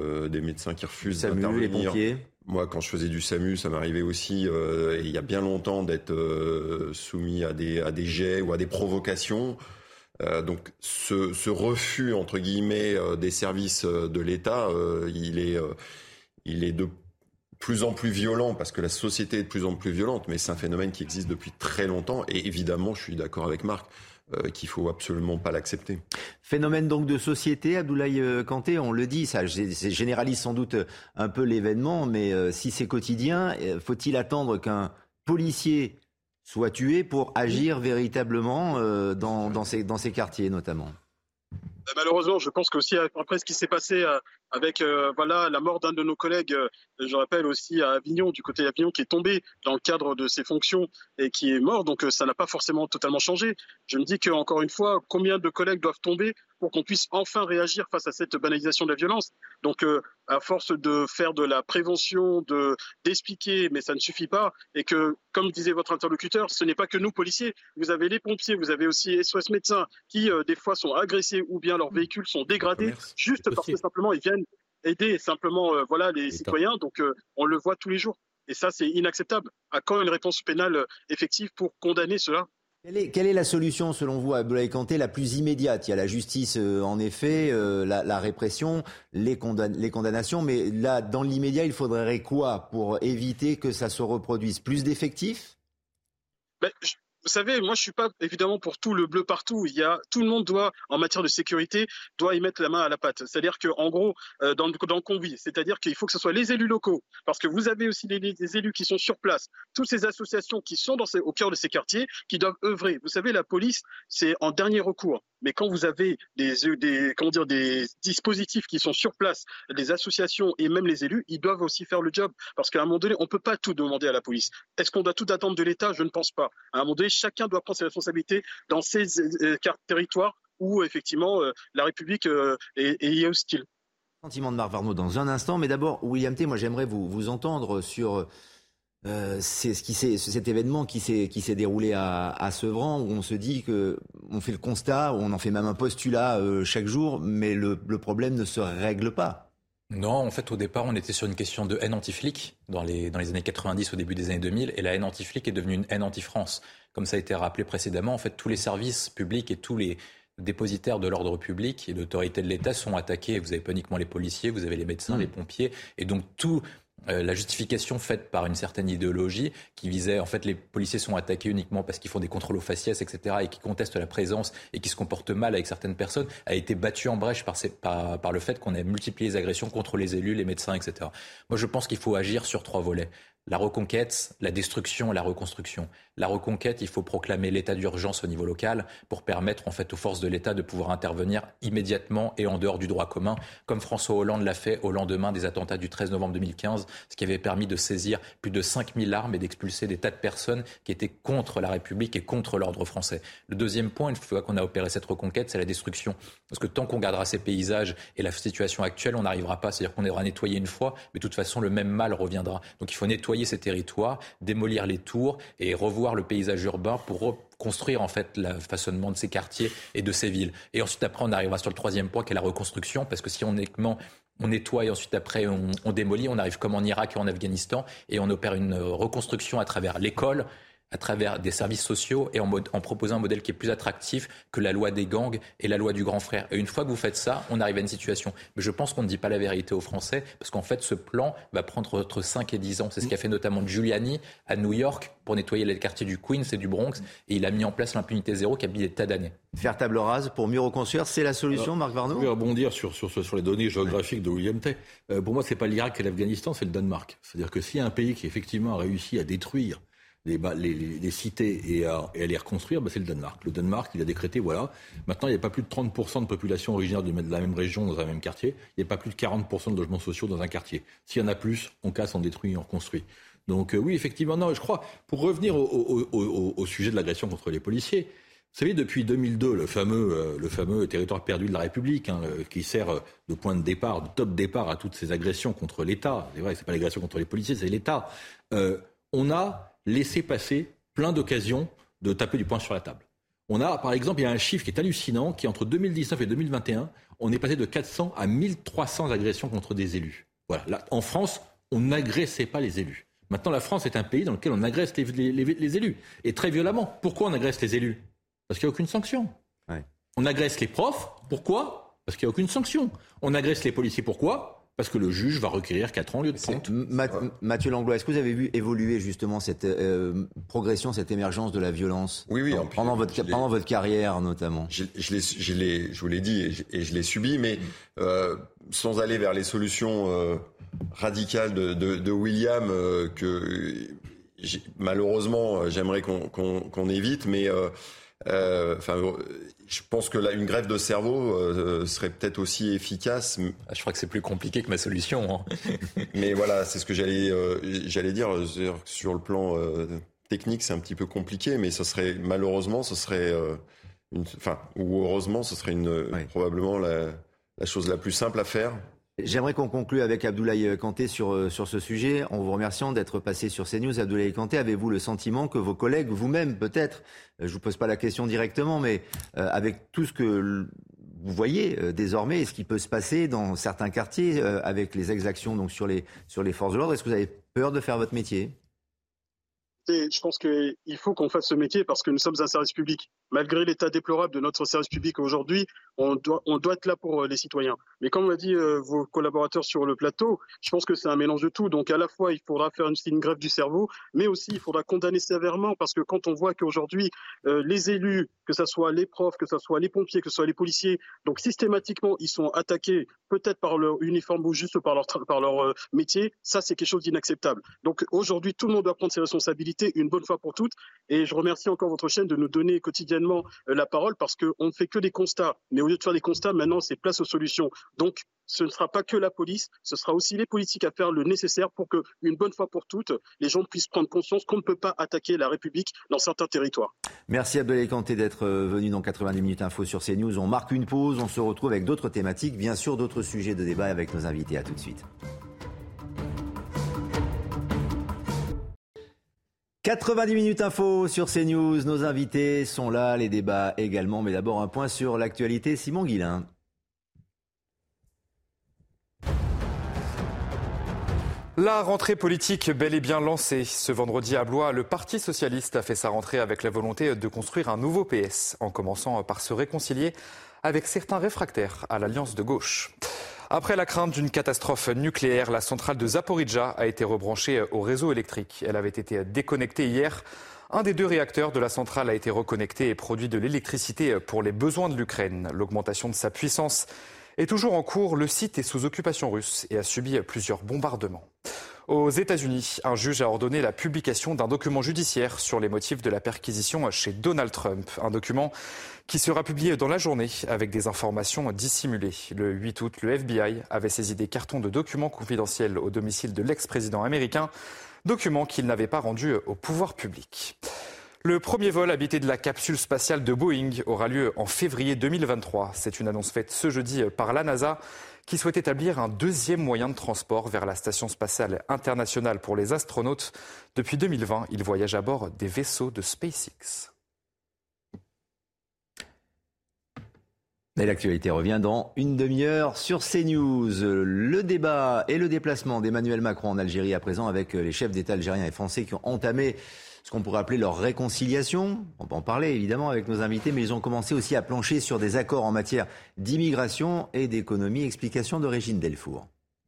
SAMU, d'intervenir. les pompiers. Moi, quand je faisais du SAMU, ça m'arrivait aussi, il y a bien longtemps, d'être soumis à des jets ou à des provocations. Donc, ce refus, entre guillemets, des services de l'État, il est de plus en plus violent parce que la société est de plus en plus violente, mais c'est un phénomène qui existe depuis très longtemps et évidemment, je suis d'accord avec Marc, qu'il faut absolument pas l'accepter. Phénomène donc de société, Abdoulaye Kanté, on le dit, ça généralise sans doute un peu l'événement, mais si c'est quotidien, faut-il attendre qu'un policier soit tué pour agir véritablement dans ces quartiers notamment ? Malheureusement, je pense qu'aussi après ce qui s'est passé avec la mort d'un de nos collègues, je rappelle aussi à Avignon, du côté d'Avignon, qui est tombé dans le cadre de ses fonctions et qui est mort, donc ça n'a pas forcément totalement changé. Je me dis qu'encore une fois, combien de collègues doivent tomber pour qu'on puisse enfin réagir face à cette banalisation de la violence ? Donc à force de faire de la prévention, d'expliquer, mais ça ne suffit pas, et que, comme disait votre interlocuteur, ce n'est pas que nous policiers, vous avez les pompiers, vous avez aussi SOS médecins qui des fois sont agressés ou bien leurs véhicules sont dégradés juste parce que simplement ils viennent aider simplement les citoyens. Donc on le voit tous les jours et ça c'est inacceptable. À quand une réponse pénale effective pour condamner cela ? Quelle est la solution selon vous, Abdoulaye Kanté, la plus immédiate ? Il y a la justice en effet, la répression, les condamnations, mais là dans l'immédiat il faudrait quoi pour éviter que ça se reproduise ? Plus d'effectifs ? Vous savez, moi je suis pas évidemment pour tout le bleu partout. Tout le monde doit, en matière de sécurité, doit y mettre la main à la pâte. C'est-à-dire que, en gros, dans le convoi, c'est-à-dire qu'il faut que ce soit les élus locaux, parce que vous avez aussi les élus qui sont sur place, toutes ces associations qui sont au cœur de ces quartiers, qui doivent œuvrer. Vous savez, la police, c'est en dernier recours. Mais quand vous avez des dispositifs qui sont sur place, les associations et même les élus, ils doivent aussi faire le job. Parce qu'à un moment donné, on ne peut pas tout demander à la police. Est-ce qu'on doit tout attendre de l'État ? Je ne pense pas. À un moment donné, chacun doit prendre ses responsabilités dans ces territoires où effectivement la République est hostile. Sentiment de Marc Varnaud dans un instant, mais d'abord, William T, moi j'aimerais vous entendre sur cet événement qui s'est déroulé à Sevran, où on se dit qu'on fait le constat, on en fait même un postulat chaque jour, mais le problème ne se règle pas. Non, en fait, au départ, on était sur une question de haine anti-flic dans les années 90, au début des années 2000, et la haine anti-flic est devenue une haine anti-France. Comme ça a été rappelé précédemment, en fait, tous les services publics et tous les dépositaires de l'ordre public et d'autorité de l'État sont attaqués. Vous n'avez pas uniquement les policiers, vous avez les médecins, les pompiers, et donc la justification faite par une certaine idéologie qui visait, en fait, les policiers sont attaqués uniquement parce qu'ils font des contrôles aux faciès, etc., et qui contestent la présence et qui se comportent mal avec certaines personnes, a été battue en brèche par le fait qu'on ait multiplié les agressions contre les élus, les médecins, etc. Moi, je pense qu'il faut agir sur 3 volets. La reconquête, la destruction et la reconstruction. La reconquête, il faut proclamer l'état d'urgence au niveau local pour permettre en fait aux forces de l'État de pouvoir intervenir immédiatement et en dehors du droit commun, comme François Hollande l'a fait au lendemain des attentats du 13 novembre 2015, ce qui avait permis de saisir plus de 5000 armes et d'expulser des tas de personnes qui étaient contre la République et contre l'ordre français. Le deuxième point, une fois qu'on a opéré cette reconquête, c'est la destruction. Parce que tant qu'on gardera ces paysages et la situation actuelle, on n'arrivera pas. C'est-à-dire qu'on aura nettoyé une fois, mais de toute façon, le même mal reviendra. Donc il faut nettoyer ces territoires, démolir les tours et revoir le paysage urbain pour reconstruire en fait le façonnement de ces quartiers et de ces villes. Et ensuite après on arrivera sur le troisième point qui est la reconstruction, parce que si on nettoie et ensuite après on démolit, on arrive comme en Irak et en Afghanistan et on opère une reconstruction à travers l'école, à travers des services sociaux et en proposant un modèle qui est plus attractif que la loi des gangs et la loi du grand frère. Et une fois que vous faites ça, on arrive à une situation. Mais je pense qu'on ne dit pas la vérité aux Français parce qu'en fait, ce plan va prendre entre 5 et 10 ans. C'est ce qu'a fait notamment Giuliani à New York pour nettoyer les quartiers du Queens et du Bronx. Et il a mis en place l'impunité zéro qui a mis des tas d'années. Faire table rase pour mieux reconstruire, c'est la solution, Marc Varnaud ? Je vais rebondir sur les données géographiques de William T. Pour moi, ce n'est pas l'Irak et l'Afghanistan, c'est le Danemark. C'est-à-dire que s'il y a un pays qui effectivement a réussi à détruire les cités et à les reconstruire, c'est le Danemark. Le Danemark, il a décrété, voilà, maintenant il n'y a pas plus de 30% de population originaire de la même région dans un même quartier, il n'y a pas plus de 40% de logements sociaux dans un quartier. S'il y en a plus, on casse, on détruit, on reconstruit. Donc oui, effectivement, non, je crois, pour revenir au sujet de l'agression contre les policiers, vous savez, depuis 2002, le fameux territoire perdu de la République, qui sert de point de départ, de top départ à toutes ces agressions contre l'État, c'est vrai que ce n'est pas l'agression contre les policiers, c'est l'État, on a laisser passer plein d'occasions de taper du poing sur la table. On a, par exemple, il y a un chiffre qui est hallucinant, qui entre 2019 et 2021, on est passé de 400 à 1300 agressions contre des élus. Voilà. Là, en France, on n'agressait pas les élus. Maintenant, la France est un pays dans lequel on agresse les élus. Et très violemment. Pourquoi on agresse les élus ? Parce qu'il n'y a aucune sanction. Ouais. On agresse les profs. Pourquoi ? Parce qu'il n'y a aucune sanction. On agresse les policiers. Pourquoi ? parce que le juge va requérir 4 ans au lieu de 30. Mathieu Langlois, est-ce que vous avez vu évoluer justement cette progression, cette émergence de la violence pendant votre carrière notamment? Je vous l'ai dit et je l'ai subi, mais sans aller vers les solutions radicales de William que malheureusement j'aimerais qu'on évite, mais je pense que là, une greffe de cerveau serait peut-être aussi efficace. Je crois que c'est plus compliqué que ma solution. Mais voilà, c'est ce que j'allais dire. Sur le plan technique, c'est un petit peu compliqué, mais malheureusement, ce serait ou heureusement, ce serait probablement la chose la plus simple à faire. J'aimerais qu'on conclue avec Abdoulaye Kanté sur ce sujet. En vous remerciant d'être passé sur CNews. Abdoulaye Kanté, avez-vous le sentiment que vos collègues, vous-même peut-être, je ne vous pose pas la question directement, mais avec tout ce que vous voyez désormais, et ce qui peut se passer dans certains quartiers avec les exactions donc, sur les forces de l'ordre, est-ce que vous avez peur de faire votre métier ? Je pense qu'il faut qu'on fasse ce métier parce que nous sommes un service public. Malgré l'état déplorable de notre service public aujourd'hui, on doit être là pour les citoyens. Mais comme l'a dit vos collaborateurs sur le plateau, je pense que c'est un mélange de tout. Donc à la fois, il faudra faire une greffe du cerveau, mais aussi il faudra condamner sévèrement parce que quand on voit qu'aujourd'hui, les élus, que ce soit les profs, que ce soit les pompiers, que ce soit les policiers, donc systématiquement, ils sont attaqués peut-être par leur uniforme ou juste par leur métier, ça c'est quelque chose d'inacceptable. Donc aujourd'hui, tout le monde doit prendre ses responsabilités une bonne fois pour toutes. Et je remercie encore votre chaîne de nous donner quotidiennement la parole parce qu'on ne fait que des constats. Mais au lieu de faire des constats, maintenant, c'est place aux solutions. Donc, ce ne sera pas que la police, ce sera aussi les politiques à faire le nécessaire pour que, une bonne fois pour toutes, les gens puissent prendre conscience qu'on ne peut pas attaquer la République dans certains territoires. Merci Abdoulaye Kanté d'être venu dans 90 minutes info sur CNews. On marque une pause, on se retrouve avec d'autres thématiques, bien sûr d'autres sujets de débat avec nos invités. À tout de suite. 90 minutes info sur CNews, nos invités sont là, les débats également, mais d'abord un point sur l'actualité. Simon Guillain. La rentrée politique bel et bien lancée. Ce vendredi à Blois, le Parti socialiste a fait sa rentrée avec la volonté de construire un nouveau PS, en commençant par se réconcilier avec certains réfractaires à l'alliance de gauche. Après la crainte d'une catastrophe nucléaire, la centrale de Zaporijjia a été rebranchée au réseau électrique. Elle avait été déconnectée hier. Un des 2 réacteurs de la centrale a été reconnecté et produit de l'électricité pour les besoins de l'Ukraine. L'augmentation de sa puissance est toujours en cours. Le site est sous occupation russe et a subi plusieurs bombardements. Aux États-Unis, un juge a ordonné la publication d'un document judiciaire sur les motifs de la perquisition chez Donald Trump. Un document qui sera publié dans la journée avec des informations dissimulées. Le 8 août, le FBI avait saisi des cartons de documents confidentiels au domicile de l'ex-président américain, documents qu'il n'avait pas rendus au pouvoir public. Le premier vol habité de la capsule spatiale de Boeing aura lieu en février 2023. C'est une annonce faite ce jeudi par la NASA qui souhaite établir un 2e moyen de transport vers la Station spatiale internationale pour les astronautes. Depuis 2020, ils voyagent à bord des vaisseaux de SpaceX. Et l'actualité revient dans une demi-heure sur CNews. Le débat et le déplacement d'Emmanuel Macron en Algérie à présent avec les chefs d'État algériens et français qui ont entamé ce qu'on pourrait appeler leur réconciliation. On peut en parler évidemment avec nos invités, mais ils ont commencé aussi à plancher sur des accords en matière d'immigration et d'économie. Explication de Régine Delfour.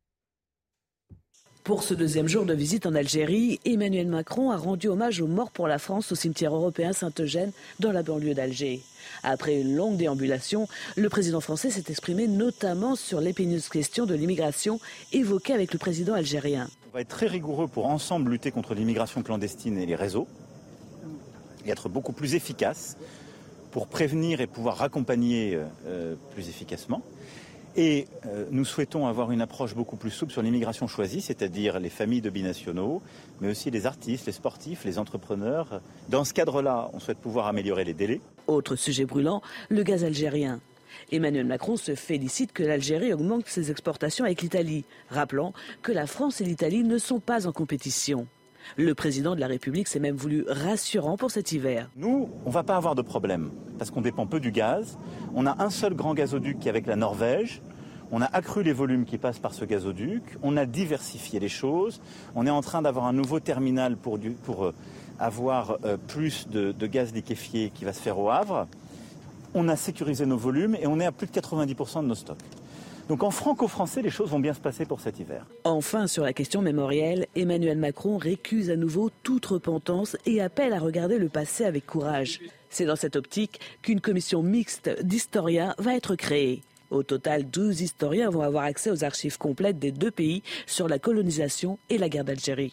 Pour ce 2e jour de visite en Algérie, Emmanuel Macron a rendu hommage aux morts pour la France au cimetière européen Saint-Eugène dans la banlieue d'Alger. Après une longue déambulation, le président français s'est exprimé notamment sur l'épineuse question de l'immigration évoquée avec le président algérien. On va être très rigoureux pour ensemble lutter contre l'immigration clandestine et les réseaux et être beaucoup plus efficace pour prévenir et pouvoir raccompagner plus efficacement. Et nous souhaitons avoir une approche beaucoup plus souple sur l'immigration choisie, c'est-à-dire les familles de binationaux, mais aussi les artistes, les sportifs, les entrepreneurs. Dans ce cadre-là, on souhaite pouvoir améliorer les délais. Autre sujet brûlant, le gaz algérien. Emmanuel Macron se félicite que l'Algérie augmente ses exportations avec l'Italie, rappelant que la France et l'Italie ne sont pas en compétition. Le président de la République s'est même voulu rassurant pour cet hiver. Nous, on ne va pas avoir de problème, parce qu'on dépend peu du gaz. On a un seul grand gazoduc qui est avec la Norvège. On a accru les volumes qui passent par ce gazoduc. On a diversifié les choses. On est en train d'avoir un nouveau terminal pour avoir plus de gaz liquéfié qui va se faire au Havre. On a sécurisé nos volumes et on est à plus de 90% de nos stocks. Donc en franco-français, les choses vont bien se passer pour cet hiver. Enfin, sur la question mémorielle, Emmanuel Macron récuse à nouveau toute repentance et appelle à regarder le passé avec courage. C'est dans cette optique qu'une commission mixte d'historiens va être créée. Au total, 12 historiens vont avoir accès aux archives complètes des deux pays sur la colonisation et la guerre d'Algérie.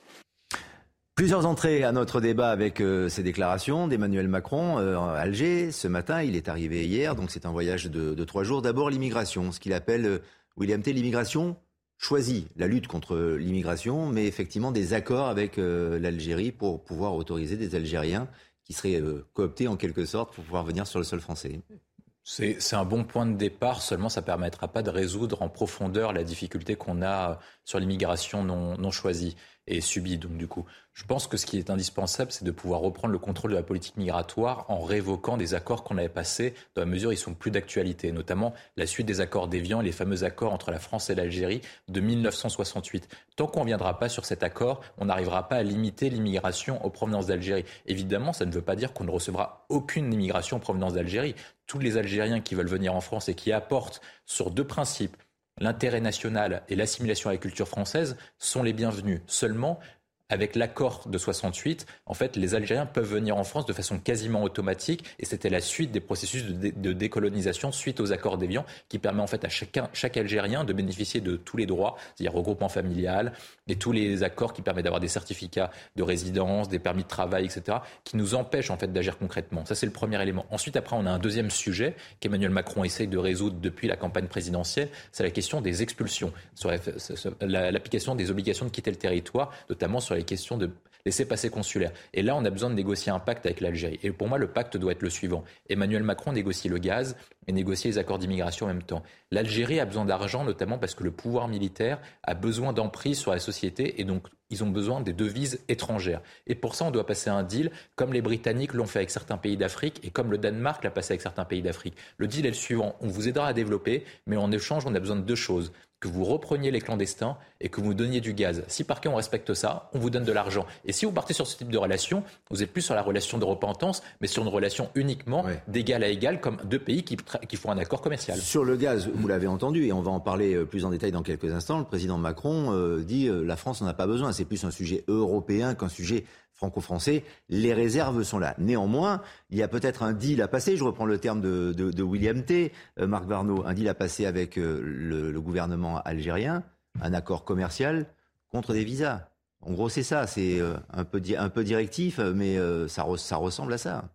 Plusieurs entrées à notre débat avec ces déclarations d'Emmanuel Macron à Alger. Ce matin, il est arrivé hier, donc c'est un voyage de 3 jours. D'abord l'immigration, ce qu'il appelle, William T, l'immigration choisie, la lutte contre l'immigration, mais effectivement des accords avec l'Algérie pour pouvoir autoriser des Algériens qui seraient cooptés en quelque sorte pour pouvoir venir sur le sol français. C'est un bon point de départ, seulement ça ne permettra pas de résoudre en profondeur la difficulté qu'on a sur l'immigration non choisie et subie. Donc du coup, je pense que ce qui est indispensable, c'est de pouvoir reprendre le contrôle de la politique migratoire en révoquant des accords qu'on avait passés, dans la mesure où ils sont plus d'actualité, notamment la suite des accords d'Évian et les fameux accords entre la France et l'Algérie de 1968. Tant qu'on ne viendra pas sur cet accord, on n'arrivera pas à limiter l'immigration aux provenances d'Algérie. Évidemment, ça ne veut pas dire qu'on ne recevra aucune immigration en provenance d'Algérie. Tous les Algériens qui veulent venir en France et qui apportent sur 2 principes, l'intérêt national et l'assimilation à la culture française, sont les bienvenus. Seulement, avec l'accord de 68, en fait, les Algériens peuvent venir en France de façon quasiment automatique et c'était la suite des processus de décolonisation suite aux accords d'Évian qui permet en fait à chaque Algérien de bénéficier de tous les droits, c'est-à-dire regroupement familial et tous les accords qui permettent d'avoir des certificats de résidence, des permis de travail, etc., qui nous empêchent en fait d'agir concrètement. Ça, c'est le premier élément. Ensuite, après, on a un deuxième sujet qu'Emmanuel Macron essaye de résoudre depuis la campagne présidentielle, c'est la question des expulsions, sur l'application des obligations de quitter le territoire, notamment sur les questions de laissez-passer consulaire. Et là, on a besoin de négocier un pacte avec l'Algérie. Et pour moi, le pacte doit être le suivant. Emmanuel Macron négocie le gaz et négocie les accords d'immigration en même temps. L'Algérie a besoin d'argent, notamment parce que le pouvoir militaire a besoin d'emprise sur la société et donc ils ont besoin des devises étrangères. Et pour ça, on doit passer un deal comme les Britanniques l'ont fait avec certains pays d'Afrique et comme le Danemark l'a passé avec certains pays d'Afrique. Le deal est le suivant. On vous aidera à développer, mais en échange, on a besoin de 2 choses. Que vous repreniez les clandestins et que vous donniez du gaz. Si par cas on respecte ça, on vous donne de l'argent. Et si vous partez sur ce type de relation, vous n'êtes plus sur la relation de repentance, mais sur une relation uniquement d'égal à égal, comme 2 pays qui font un accord commercial. Sur le gaz, vous l'avez entendu, et on va en parler plus en détail dans quelques instants, le président Macron dit la France n'en a pas besoin. C'est plus un sujet européen qu'un sujet franco-français. Les réserves sont là. Néanmoins, il y a peut-être un deal à passer. Je reprends le terme de William T. Marc Varnaud, un deal à passer avec le gouvernement algérien, un accord commercial contre des visas. En gros, c'est ça. C'est un peu directif, mais ça ressemble à ça.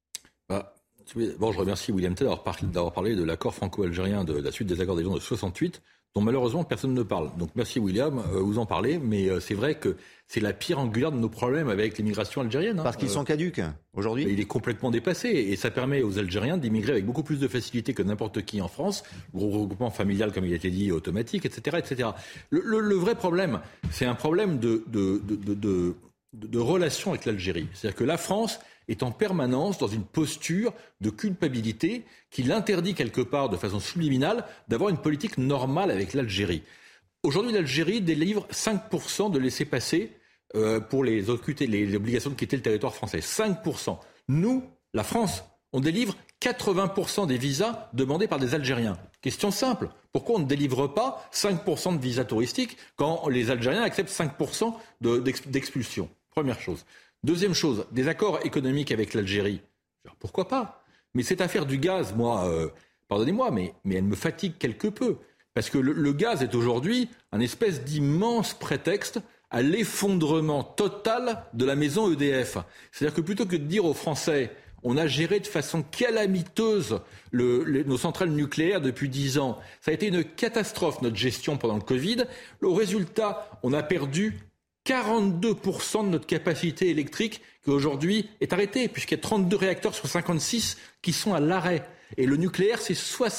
Bon, je remercie William T. d'avoir parlé de l'accord franco-algérien de la suite des accords d'Évian de 68, dont malheureusement personne ne parle. Donc merci William, vous en parlez, mais c'est vrai que c'est la pierre angulaire de nos problèmes avec l'immigration algérienne. Parce qu'ils sont caducs aujourd'hui. Il est complètement dépassé et ça permet aux Algériens d'immigrer avec beaucoup plus de facilité que n'importe qui en France. Le regroupement familial, comme il a été dit, automatique, etc. etc. Le vrai problème, c'est un problème de relation avec l'Algérie. C'est-à-dire que la France est en permanence dans une posture de culpabilité qui l'interdit quelque part de façon subliminale d'avoir une politique normale avec l'Algérie. Aujourd'hui, l'Algérie délivre 5% de laissez-passer pour les obligations de quitter le territoire français. 5%. Nous, la France, on délivre 80% des visas demandés par des Algériens. Question simple. Pourquoi on ne délivre pas 5% de visas touristiques quand les Algériens acceptent 5% d'expulsion ? Première chose. Deuxième chose, des accords économiques avec l'Algérie. Pourquoi pas ? Mais cette affaire du gaz, moi, pardonnez-moi, mais elle me fatigue quelque peu. Parce que le gaz est aujourd'hui un espèce d'immense prétexte à l'effondrement total de la maison EDF. C'est-à-dire que plutôt que de dire aux Français, on a géré de façon calamiteuse nos centrales nucléaires depuis 10 ans. Ça a été une catastrophe, notre gestion pendant le Covid. Au résultat, on a perdu 42% de notre capacité électrique qui aujourd'hui est arrêtée, puisqu'il y a 32 réacteurs sur 56 qui sont à l'arrêt. Et le nucléaire, c'est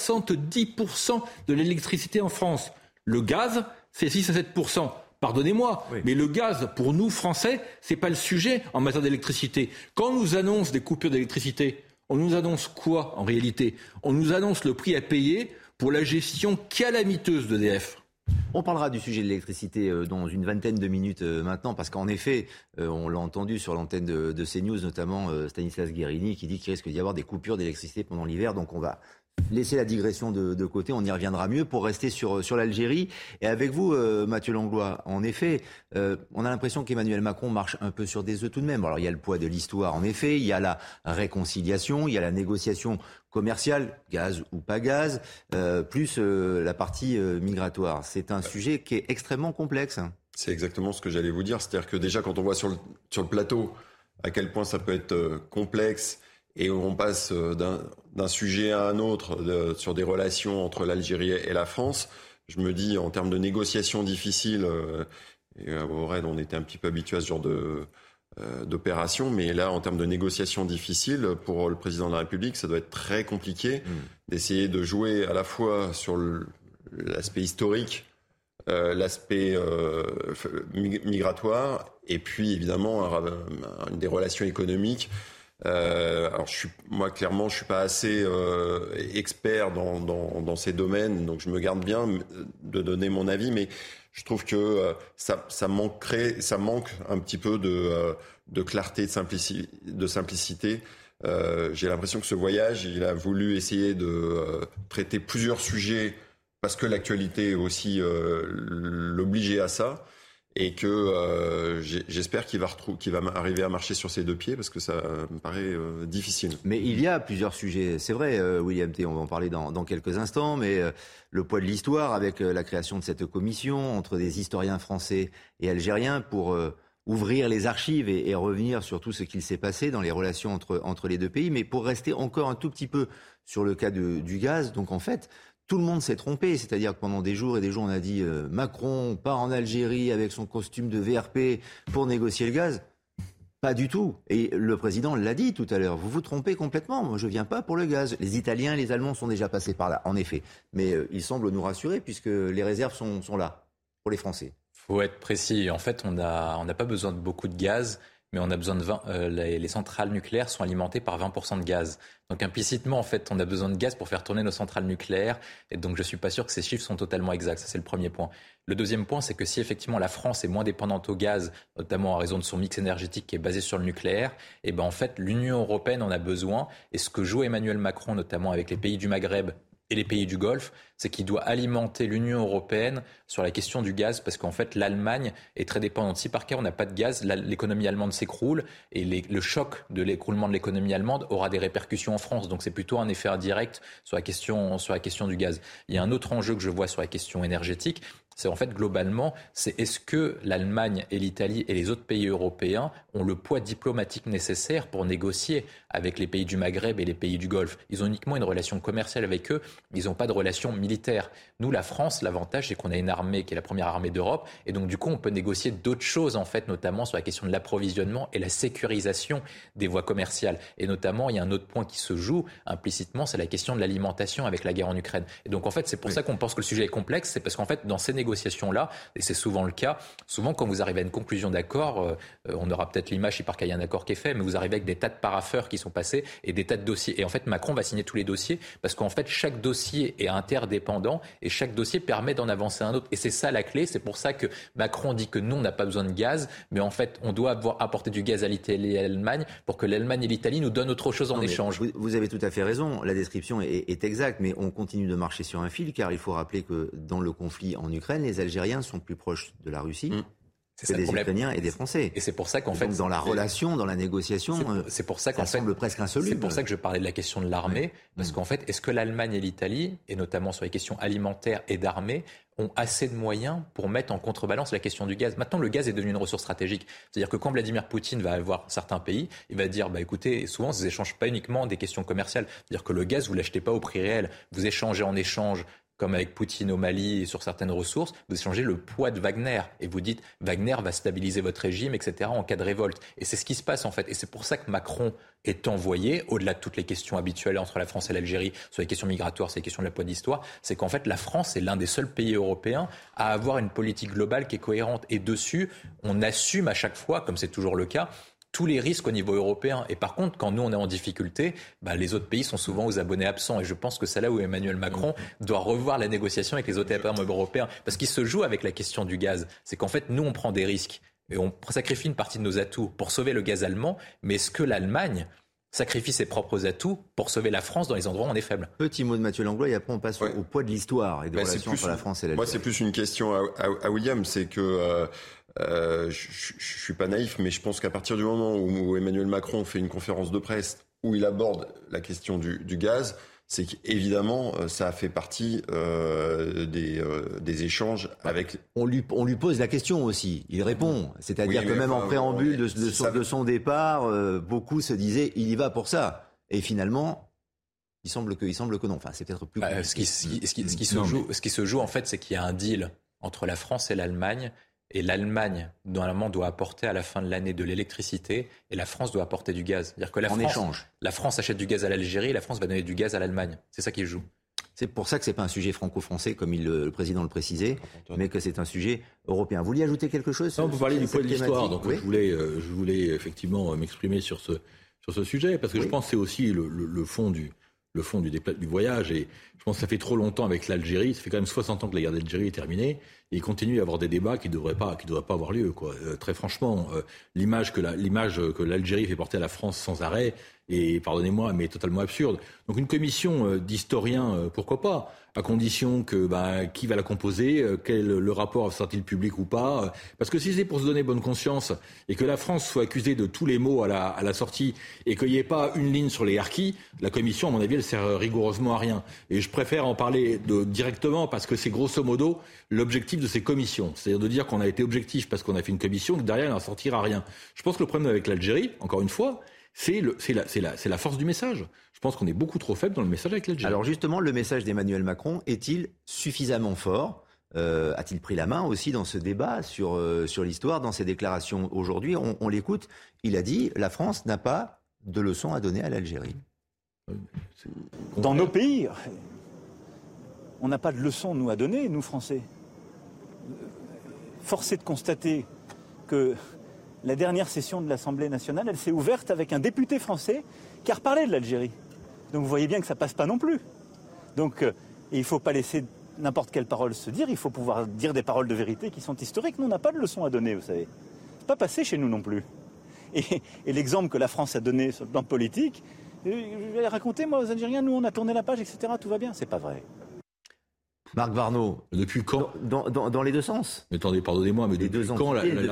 70% de l'électricité en France. Le gaz, c'est 6 à 7%. Pardonnez-moi, oui. Mais le gaz, pour nous, Français, c'est pas le sujet en matière d'électricité. Quand on nous annonce des coupures d'électricité, on nous annonce quoi en réalité ? On nous annonce le prix à payer pour la gestion calamiteuse d'EDF. On parlera du sujet de l'électricité dans une vingtaine de minutes maintenant, parce qu'en effet, on l'a entendu sur l'antenne de CNews, notamment Stanislas Guérini, qui dit qu'il risque d'y avoir des coupures d'électricité pendant l'hiver. Donc on va laissez la digression de côté, on y reviendra mieux pour rester sur l'Algérie. Et avec vous, Mathieu Langlois, en effet, on a l'impression qu'Emmanuel Macron marche un peu sur des œufs tout de même. Alors il y a le poids de l'histoire, en effet, il y a la réconciliation, il y a la négociation commerciale, gaz ou pas gaz, plus la partie migratoire. C'est un sujet qui est extrêmement complexe. C'est exactement ce que j'allais vous dire. C'est-à-dire que déjà, quand on voit sur le plateau à quel point ça peut être complexe, et on passe d'un sujet à un autre sur des relations entre l'Algérie et la France, je me dis, en termes de négociations difficiles, et au RAID, on était un petit peu habitué à ce genre d'opération, mais là, en termes de négociations difficiles, pour le président de la République, ça doit être très compliqué d'essayer de jouer à la fois sur l'aspect historique, l'aspect migratoire, et puis évidemment des relations économiques. Alors moi clairement je suis pas assez expert dans ces domaines, donc je me garde bien de donner mon avis, mais je trouve que ça manque un petit peu de clarté, de simplicité. J'ai l'impression que ce voyage, il a voulu essayer de traiter plusieurs sujets parce que l'actualité aussi l'obligeait à ça. Et que j'espère qu'il va arriver à marcher sur ses deux pieds, parce que ça me paraît difficile. Mais il y a plusieurs sujets, c'est vrai, William T, on va en parler dans quelques instants, mais le poids de l'histoire avec la création de cette commission entre des historiens français et algériens pour ouvrir les archives et revenir sur tout ce qu'il s'est passé dans les relations entre les deux pays. Mais pour rester encore un tout petit peu sur le cas du gaz, donc en fait... Tout le monde s'est trompé, c'est-à-dire que pendant des jours et des jours, on a dit Macron part en Algérie avec son costume de VRP pour négocier le gaz. Pas du tout. Et le président l'a dit tout à l'heure, vous vous trompez complètement, moi je viens pas pour le gaz. Les Italiens et les Allemands sont déjà passés par là, en effet. Mais ils semblent nous rassurer puisque les réserves sont là pour les Français. Il faut être précis. En fait, on n'a pas besoin de beaucoup de gaz. Mais on a besoin de les centrales nucléaires sont alimentées par 20% de gaz. Donc implicitement, en fait, on a besoin de gaz pour faire tourner nos centrales nucléaires. Et donc je suis pas sûr que ces chiffres sont totalement exacts. Ça, c'est le premier point. Le deuxième point, c'est que si effectivement la France est moins dépendante au gaz, notamment en raison de son mix énergétique qui est basé sur le nucléaire, et ben en fait l'Union européenne en a besoin. Et ce que joue Emmanuel Macron, notamment avec les pays du Maghreb et les pays du Golfe, c'est qu'il doit alimenter l'Union européenne sur la question du gaz, parce qu'en fait l'Allemagne est très dépendante. Si par cas on n'a pas de gaz, l'économie allemande s'écroule, et le choc de l'écroulement de l'économie allemande aura des répercussions en France. Donc c'est plutôt un effet indirect sur la question du gaz. Il y a un autre enjeu que je vois sur la question énergétique, c'est en fait globalement, c'est est-ce que l'Allemagne et l'Italie et les autres pays européens ont le poids diplomatique nécessaire pour négocier avec les pays du Maghreb et les pays du Golfe. Ils ont uniquement une relation commerciale avec eux, ils n'ont pas de relation militaire. Nous, la France, l'avantage, c'est qu'on a une armée qui est la première armée d'Europe, et donc du coup, on peut négocier d'autres choses, en fait, notamment sur la question de l'approvisionnement et la sécurisation des voies commerciales. Et notamment, il y a un autre point qui se joue implicitement, c'est la question de l'alimentation avec la guerre en Ukraine. Et donc, en fait, c'est pour ça qu'on pense que le sujet est complexe, c'est parce qu'en fait, dans ces négociations-là, et c'est souvent le cas, souvent quand vous arrivez à une conclusion d'accord, on aura peut-être l'image si par cas il y a un accord qui est fait, mais vous arrivez avec des tas de parapheurs qui sont passés et des tas de dossiers. Et en fait, Macron va signer tous les dossiers parce qu'en fait, chaque dossier est interdépendant et chaque dossier permet d'en avancer un autre. Et c'est ça la clé. C'est pour ça que Macron dit que nous, on n'a pas besoin de gaz, mais en fait, on doit apporter du gaz à l'Italie et à l'Allemagne pour que l'Allemagne et l'Italie nous donnent autre chose en échange. Vous avez tout à fait raison. La description est exacte, mais on continue de marcher sur un fil, car il faut rappeler que dans le conflit en Ukraine, les Algériens sont plus proches de la Russie que des Ukrainiens et des Français. Et c'est pour ça qu'en fait, dans la relation, dans la négociation, c'est pour ça qu'en ça semble presque insoluble. C'est pour ça que je parlais de la question de l'armée, parce qu'en fait, est-ce que l'Allemagne et l'Italie, et notamment sur les questions alimentaires et d'armée, ont assez de moyens pour mettre en contrebalance la question du gaz. Maintenant, le gaz est devenu une ressource stratégique. C'est-à-dire que quand Vladimir Poutine va avoir certains pays, il va dire, écoutez, souvent, ils n'échangent pas uniquement des questions commerciales. C'est-à-dire que le gaz, vous l'achetez pas au prix réel. Vous échangez en échange, comme avec Poutine au Mali et sur certaines ressources, vous échangez le poids de Wagner. Et vous dites, Wagner va stabiliser votre régime, etc., en cas de révolte. Et c'est ce qui se passe, en fait. Et c'est pour ça que Macron est envoyé, au-delà de toutes les questions habituelles entre la France et l'Algérie, sur les questions migratoires, sur les questions de la poids d'histoire, c'est qu'en fait, la France est l'un des seuls pays européens à avoir une politique globale qui est cohérente. Et dessus, on assume à chaque fois, comme c'est toujours le cas, tous les risques au niveau européen. Et par contre, quand nous, on est en difficulté, les autres pays sont souvent aux abonnés absents. Et je pense que c'est là où Emmanuel Macron doit revoir la négociation avec les autres États européens. Parce qu'il se joue avec la question du gaz. C'est qu'en fait, nous, on prend des risques. Et on sacrifie une partie de nos atouts pour sauver le gaz allemand. Mais est-ce que l'Allemagne sacrifie ses propres atouts pour sauver la France dans les endroits où on est faible. Petit mot de Mathieu Langlois et après on passe au poids de l'histoire et des relations entre la France et l'Algérie. Moi, c'est plus une question à William, c'est que je suis pas naïf, mais je pense qu'à partir du moment où Emmanuel Macron fait une conférence de presse où il aborde la question du gaz, c'est qu'évidemment, ça a fait partie des échanges avec... On lui pose la question aussi, il répond. C'est-à-dire que même en préambule de son départ, beaucoup se disaient, il y va pour ça. Et finalement, il semble que non. Enfin, c'est peut-être plus... Ce qui se joue, en fait, c'est qu'il y a un deal entre la France et l'Allemagne. Et l'Allemagne, normalement, doit apporter à la fin de l'année de l'électricité et la France doit apporter du gaz. C'est-à-dire que la France achète du gaz à l'Algérie et la France va donner du gaz à l'Allemagne. C'est ça qui joue. C'est pour ça que ce n'est pas un sujet franco-français, comme le président le précisait, mais que c'est un sujet européen. Vous vouliez ajouter quelque chose? On peut parler du poids de l'histoire. Donc oui. je voulais effectivement m'exprimer sur ce sujet, parce que je pense que c'est aussi le fond du voyage. Et je pense que ça fait trop longtemps avec l'Algérie. Ça fait quand même 60 ans que la guerre d'Algérie est terminée. Et il continue à y avoir des débats qui ne devraient pas avoir lieu, quoi. Très franchement, l'image que l'Algérie fait porter à la France sans arrêt est, pardonnez-moi, mais totalement absurde. Donc une commission d'historiens, pourquoi pas, à condition que qui va la composer, le rapport sera-t-il public ou pas. Parce que si c'est pour se donner bonne conscience et que la France soit accusée de tous les maux à la sortie et qu'il n'y ait pas une ligne sur les harkis, la commission, à mon avis, elle sert rigoureusement à rien. Et je préfère en parler directement parce que c'est grosso modo l'objectif de ces commissions. C'est-à-dire de dire qu'on a été objectif parce qu'on a fait une commission, que derrière, il n'en sortira rien. Je pense que le problème avec l'Algérie, encore une fois, c'est la force du message. Je pense qu'on est beaucoup trop faible dans le message avec l'Algérie. Alors justement, le message d'Emmanuel Macron est-il suffisamment fort ? A-t-il pris la main aussi dans ce débat sur l'histoire, dans ses déclarations aujourd'hui ? On l'écoute, il a dit « La France n'a pas de leçons à donner à l'Algérie ». Dans nos pays, on n'a pas de leçons, nous, à donner, nous, Français. Force est de constater que la dernière session de l'Assemblée nationale, elle s'est ouverte avec un député français qui a reparlé de l'Algérie. Donc vous voyez bien que ça passe pas non plus. Donc il ne faut pas laisser n'importe quelle parole se dire, il faut pouvoir dire des paroles de vérité qui sont historiques. Nous, on n'a pas de leçons à donner, vous savez. C'est pas passé chez nous non plus. Et l'exemple que la France a donné sur le plan politique, je vais raconter, moi, aux Algériens, nous, on a tourné la page, etc., tout va bien. C'est pas vrai. Marc Varnaud, depuis quand dans les deux sens. Mais attendez, pardonnez-moi, mais depuis quand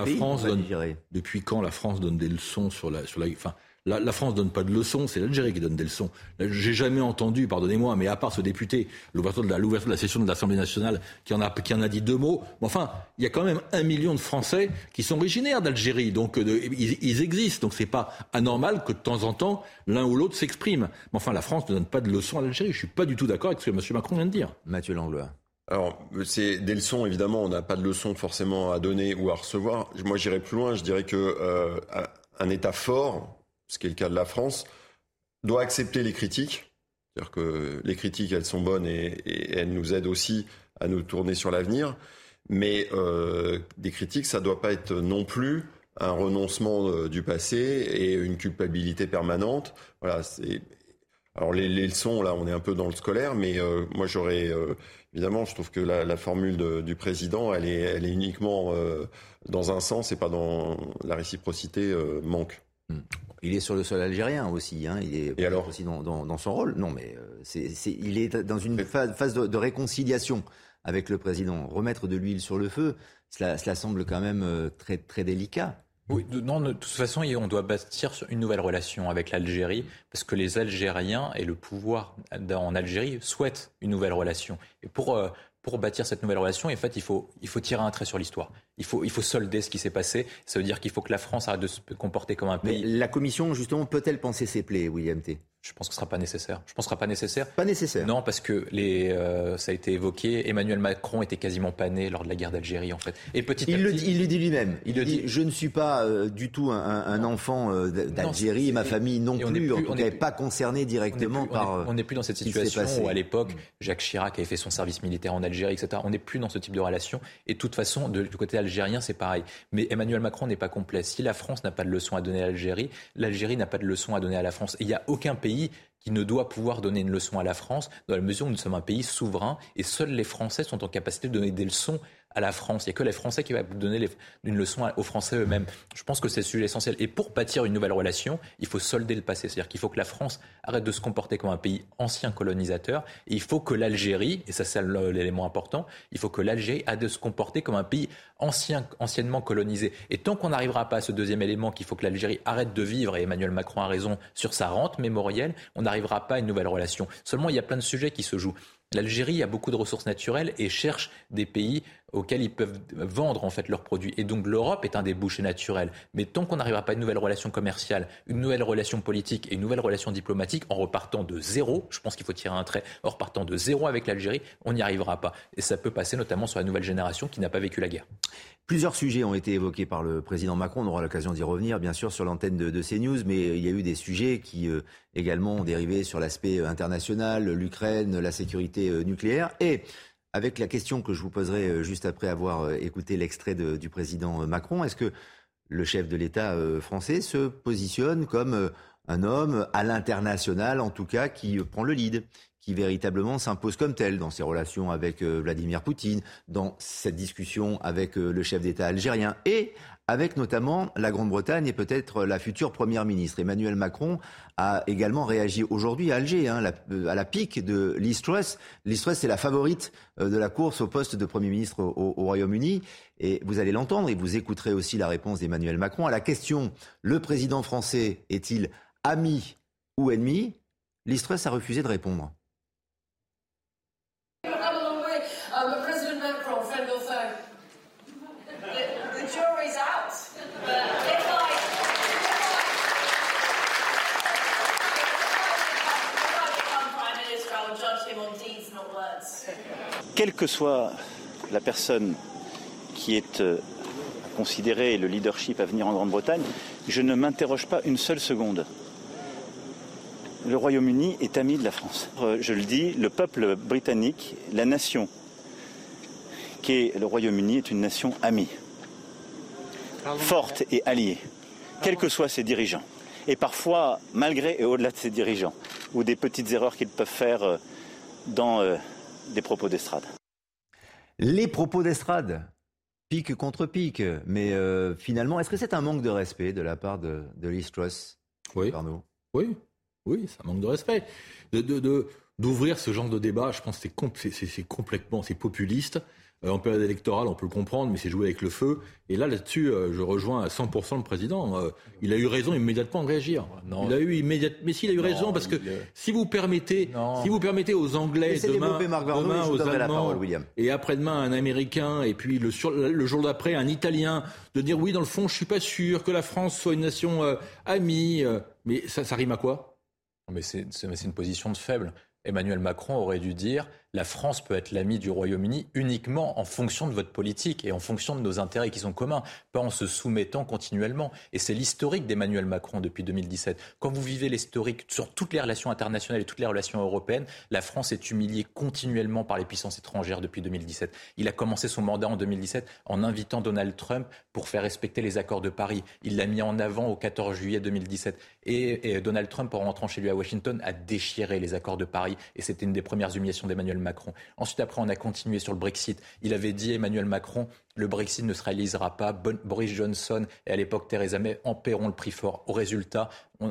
depuis quand la France donne des leçons sur la enfin, la France donne pas de leçons, c'est l'Algérie qui donne des leçons. J'ai jamais entendu, pardonnez-moi, mais à part ce député, l'ouverture de la session de l'Assemblée nationale, qui en a dit deux mots. Mais enfin, il y a quand même 1 million de Français qui sont originaires d'Algérie, donc ils existent. Donc c'est pas anormal que de temps en temps l'un ou l'autre s'exprime. Mais enfin, la France ne donne pas de leçons à l'Algérie. Je suis pas du tout d'accord avec ce que M. Macron vient de dire. Mathieu Langlois. Alors, c'est des leçons, évidemment, on n'a pas de leçons forcément à donner ou à recevoir. Moi, j'irais plus loin, je dirais que un État fort, ce qui est le cas de la France, doit accepter les critiques. C'est-à-dire que les critiques, elles sont bonnes et elles nous aident aussi à nous tourner sur l'avenir. Mais des critiques, ça ne doit pas être non plus un renoncement du passé et une culpabilité permanente. Voilà, alors les leçons, là, on est un peu dans le scolaire, mais moi j'aurais... évidemment, je trouve que la formule du président, elle est uniquement dans un sens et pas dans la réciprocité manque. Il est sur le sol algérien aussi, hein. Il est aussi dans son rôle. Non, mais il est dans une phase de réconciliation avec le président. Remettre de l'huile sur le feu, cela semble quand même très, très délicat. Oui, non, de toute façon, on doit bâtir sur une nouvelle relation avec l'Algérie, parce que les Algériens et le pouvoir en Algérie souhaitent une nouvelle relation. Et pour bâtir cette nouvelle relation, en fait, il faut tirer un trait sur l'histoire. Il faut solder ce qui s'est passé. Ça veut dire qu'il faut que la France arrête de se comporter comme un pays. Mais la Commission, justement, peut-elle penser ses plaies, William T ? Je pense que ce ne sera pas nécessaire. Pas nécessaire. Pas nécessaire. Non, parce que ça a été évoqué. Emmanuel Macron était quasiment pas né lors de la guerre d'Algérie, en fait. Et il le dit lui-même. Il dit je ne suis pas du tout un enfant d'Algérie, ma famille non plus. En tout cas, pas concerné directement par. On n'est plus dans cette situation où, à l'époque, Jacques Chirac avait fait son service militaire en Algérie, etc. On n'est plus dans ce type de relation. Et de toute façon, du côté algérien, c'est pareil. Mais Emmanuel Macron n'est pas complet. Si la France n'a pas de leçon à donner à l'Algérie, l'Algérie n'a pas de leçon à donner à la France. Et il n'y a aucun pays qui ne doit pouvoir donner une leçon à la France, dans la mesure où nous sommes un pays souverain et seuls les Français sont en capacité de donner des leçons à la France. Il n'y a que les Français qui vont donner une leçon aux Français eux-mêmes. Je pense que c'est le sujet essentiel. Et pour bâtir une nouvelle relation, il faut solder le passé. C'est-à-dire qu'il faut que la France arrête de se comporter comme un pays ancien colonisateur. Et il faut que l'Algérie, et ça c'est l'élément important, il faut que l'Algérie arrête de se comporter comme un pays anciennement colonisé. Et tant qu'on n'arrivera pas à ce deuxième élément, qu'il faut que l'Algérie arrête de vivre, et Emmanuel Macron a raison, sur sa rente mémorielle, on n'arrivera pas à une nouvelle relation. Seulement, il y a plein de sujets qui se jouent. L'Algérie a beaucoup de ressources naturelles et cherche des pays auxquels ils peuvent vendre en fait leurs produits. Et donc l'Europe est un des bouchers naturels. Mais tant qu'on n'arrivera pas à une nouvelle relation commerciale, une nouvelle relation politique et une nouvelle relation diplomatique, en repartant de zéro, je pense qu'il faut tirer un trait, en repartant de zéro avec l'Algérie, on n'y arrivera pas. Et ça peut passer notamment sur la nouvelle génération qui n'a pas vécu la guerre. Plusieurs sujets ont été évoqués par le président Macron. On aura l'occasion d'y revenir, bien sûr, sur l'antenne de CNews. Mais il y a eu des sujets qui également ont dérivé sur l'aspect international, l'Ukraine, la sécurité nucléaire. Et avec la question que je vous poserai juste après avoir écouté l'extrait du président Macron, est-ce que le chef de l'État français se positionne comme un homme à l'international, en tout cas, qui prend le lead, qui véritablement s'impose comme tel dans ses relations avec Vladimir Poutine, dans cette discussion avec le chef d'État algérien et avec notamment la Grande-Bretagne et peut-être la future première ministre. Emmanuel Macron a également réagi aujourd'hui à Alger, à la pique de Liz Truss. Liz Truss, c'est la favorite de la course au poste de Premier ministre au Royaume-Uni. Et vous allez l'entendre et vous écouterez aussi la réponse d'Emmanuel Macron à la question « Le président français est-il ami ou ennemi ?» Liz Truss a refusé de répondre. Quelle que soit la personne qui est considérée le leadership à venir en Grande-Bretagne, je ne m'interroge pas une seule seconde. Le Royaume-Uni est ami de la France. Je le dis, le peuple britannique, la nation qu'est le Royaume-Uni est une nation amie, forte et alliée, quels que soient ses dirigeants. Et parfois, malgré et au-delà de ses dirigeants, ou des petites erreurs qu'ils peuvent faire dans des propos d'estrade. Les propos d'estrade, pique contre pique. Mais finalement, est-ce que c'est un manque de respect de la part de Liz Truss, Arnaud ? Oui, c'est un manque de respect. D'ouvrir ce genre de débat, je pense que c'est populiste. En période électorale, on peut le comprendre, mais c'est jouer avec le feu. Et là-dessus, je rejoins à 100% le président. Il a eu raison immédiatement de réagir. Non. Mais s'il a eu raison, parce que si vous permettez aux Anglais demain aux Allemands et après-demain un Américain et puis le jour d'après un Italien de dire oui, dans le fond, je suis pas sûr que la France soit une nation amie. Mais ça rime à quoi ? Mais c'est une position de faible. Emmanuel Macron aurait dû dire « La France peut être l'ami du Royaume-Uni uniquement en fonction de votre politique et en fonction de nos intérêts qui sont communs, pas en se soumettant continuellement ». Et c'est l'historique d'Emmanuel Macron depuis 2017. Quand vous vivez l'historique sur toutes les relations internationales et toutes les relations européennes, la France est humiliée continuellement par les puissances étrangères depuis 2017. Il a commencé son mandat en 2017 en invitant Donald Trump pour faire respecter les accords de Paris. Il l'a mis en avant au 14 juillet 2017. Et Donald Trump, en rentrant chez lui à Washington, a déchiré les accords de Paris. Et c'était une des premières humiliations d'Emmanuel Macron. Ensuite, après, on a continué sur le Brexit. Il avait dit, Emmanuel Macron, le Brexit ne se réalisera pas. Boris Johnson et à l'époque Theresa May en paieront le prix fort. Au résultat,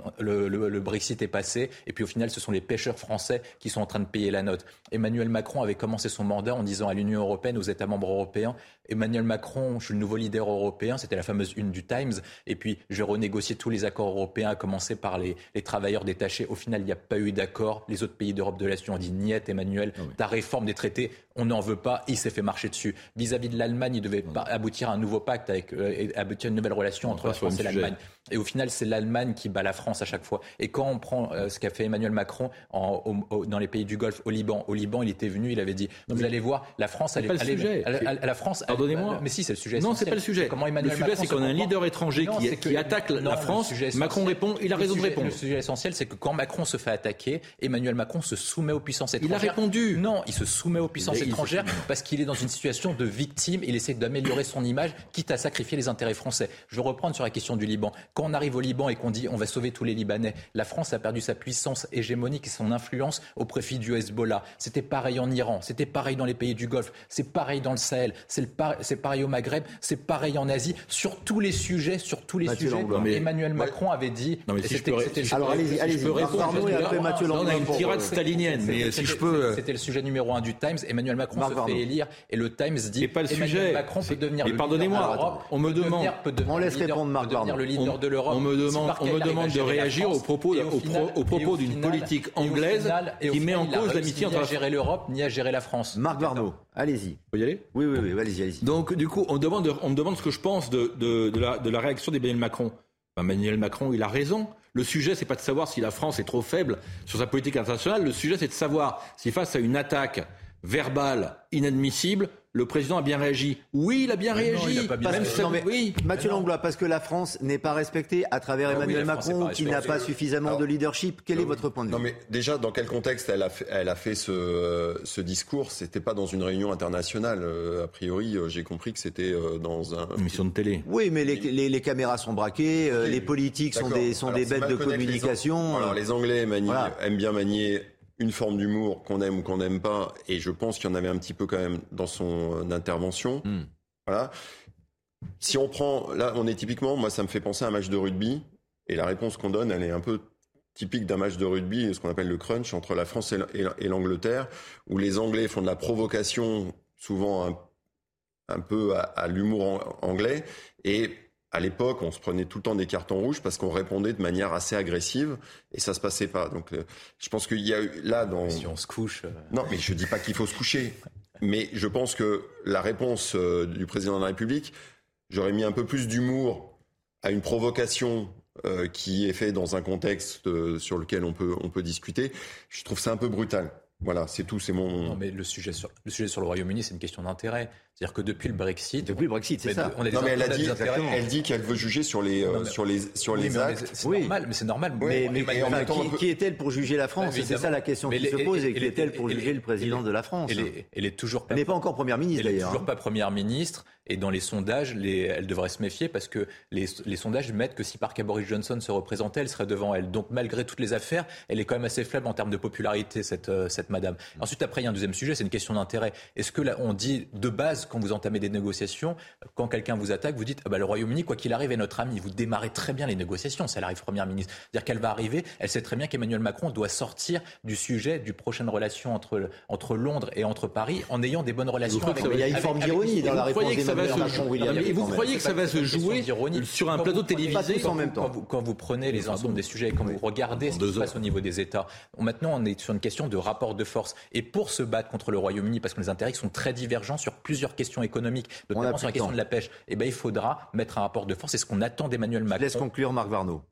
le Brexit est passé. Et puis au final, ce sont les pêcheurs français qui sont en train de payer la note. Emmanuel Macron avait commencé son mandat en disant à l'Union européenne, aux États membres européens, Emmanuel Macron, je suis le nouveau leader européen. C'était la fameuse une du Times. Et puis, je vais renégocier tous les accords européens, à commencer par les travailleurs détachés. Au final, il n'y a pas eu d'accord. Les autres pays d'Europe de l'Est ont dit niet, Emmanuel, ta réforme des traités, on n'en veut pas. Il s'est fait marcher dessus. Vis-à-vis de l'Allemagne, il devait aboutir à un nouveau pacte, aboutir à une nouvelle relation entre la France et l'Allemagne. Et au final, c'est l'Allemagne qui bat la France à chaque fois. Et quand on prend ce qu'a fait Emmanuel Macron dans les pays du Golfe, au Liban, il était venu, il avait dit, vous allez voir, la France, la France. Pardonnez-moi. Mais si, c'est le sujet. Non, c'est pas le sujet. Le sujet, c'est qu'on a un leader étranger qui attaque la France. Macron répond, il a raison de répondre. Le sujet essentiel, c'est que quand Macron se fait attaquer, Emmanuel Macron se soumet aux puissances étrangères. Il a répondu. Non, il se soumet aux puissances étrangères parce qu'il est dans une situation de victime. Il essaie d'améliorer son image, quitte à sacrifier les intérêts français. Je veux reprendre sur la question du Liban. Quand on arrive au Liban et qu'on dit on va sauver tous les Libanais, la France a perdu sa puissance hégémonique et son influence au profit du Hezbollah. C'était pareil en Iran, c'était pareil dans les pays du Golfe, c'est pareil dans le Sahel, c'est pareil au Maghreb, c'est pareil en Asie. Sur tous les sujets, Emmanuel Macron avait dit... Non, mais alors allez-y, je peux répondre. On a une tirade stalinienne, mais si je peux... C'était le sujet numéro 1 du Times. Emmanuel Macron se fait élire et le Times dit... C'est pas le sujet. Macron peut devenir le pardonnez-moi, on me demande... On laisse répondre Marc Barneau. Le leader de l'Europe. On me demande de réagir au propos d'une politique anglaise qui met en cause l'amitié entre ni à gérer l'Europe ni à gérer la France. Marc Barneau, allez-y. Faut y aller ? Oui, allez-y. Donc du coup, on me demande ce que je pense de la réaction d'Emmanuel Macron. Emmanuel Macron, il a raison. Le sujet, c'est pas de savoir si la France est trop faible sur sa politique internationale. Le sujet, c'est de savoir si face à une attaque verbale inadmissible, le président a bien réagi. Oui, il a bien réagi. Non, il a pas bien réagi. Mathieu Langlois, parce que la France n'est pas respectée à travers Emmanuel Macron, qui n'a pas suffisamment de leadership. Quel est votre point de vue ? Non, mais déjà, dans quel contexte elle a fait ce discours ? C'était pas dans une réunion internationale. A priori, j'ai compris que c'était dans une émission de télé. Oui, mais les caméras sont braquées, les politiques sont des bêtes de communication. Alors, les Anglais aiment bien manier une forme d'humour qu'on aime ou qu'on n'aime pas, et je pense qu'il y en avait un petit peu quand même dans son intervention. Voilà. Si on prend, là, on est typiquement, moi, ça me fait penser à un match de rugby, et la réponse qu'on donne, elle est un peu typique d'un match de rugby, ce qu'on appelle le crunch entre la France et l'Angleterre, où les Anglais font de la provocation, souvent un peu à l'humour anglais, et à l'époque, on se prenait tout le temps des cartons rouges parce qu'on répondait de manière assez agressive et ça se passait pas. Donc, je pense qu'il y a eu là Si on se couche. Non, mais je dis pas qu'il faut se coucher. Mais je pense que la réponse du président de la République, j'aurais mis un peu plus d'humour à une provocation qui est faite dans un contexte sur lequel on peut discuter. Je trouve ça un peu brutal. Voilà, c'est tout, c'est mon... Non, mais le sujet sur le Royaume-Uni, c'est une question d'intérêt. C'est-à-dire que depuis le Brexit... c'est ça. Elle dit qu'elle veut juger sur les actes. C'est normal. Mais qui est-elle pour juger la France ? C'est ça la question qui se pose. Et qui est-elle pour juger le président de la France ? Elle est toujours pas... Elle n'est pas encore première ministre, d'ailleurs. Elle n'est toujours pas première ministre. Et dans les sondages, elle devrait se méfier parce que les sondages mettent que si Parker Boris Johnson se représentait, elle serait devant elle. Donc malgré toutes les affaires, elle est quand même assez faible en termes de popularité, cette madame. Ensuite, après, il y a un deuxième sujet, c'est une question d'intérêt. Est-ce que là, on dit de base, quand vous entamez des négociations, quand quelqu'un vous attaque, vous dites le Royaume-Uni, quoi qu'il arrive, est notre ami. Vous démarrez très bien les négociations, si elle arrive première ministre. C'est-à-dire qu'elle va arriver, elle sait très bien qu'Emmanuel Macron doit sortir du sujet du prochaine relation entre Londres et entre Paris en ayant des bonnes relations avec... Il y a une forme d'ironie dans la réponse d'Emmanuel Macron. Vous croyez que ça va se jouer sur un plateau télévisé en même temps ? Quand vous prenez les ensembles des sujets et quand vous regardez ce qui se passe au niveau des États, maintenant on est sur une question de rapport de force. Et pour se battre contre le Royaume-Uni, parce que les intérêts sont très divergents sur plusieurs questions économiques, notamment sur la question de la pêche, il faudra mettre un rapport de force. C'est ce qu'on attend d'Emmanuel Macron. Je laisse conclure Marc Varnaud.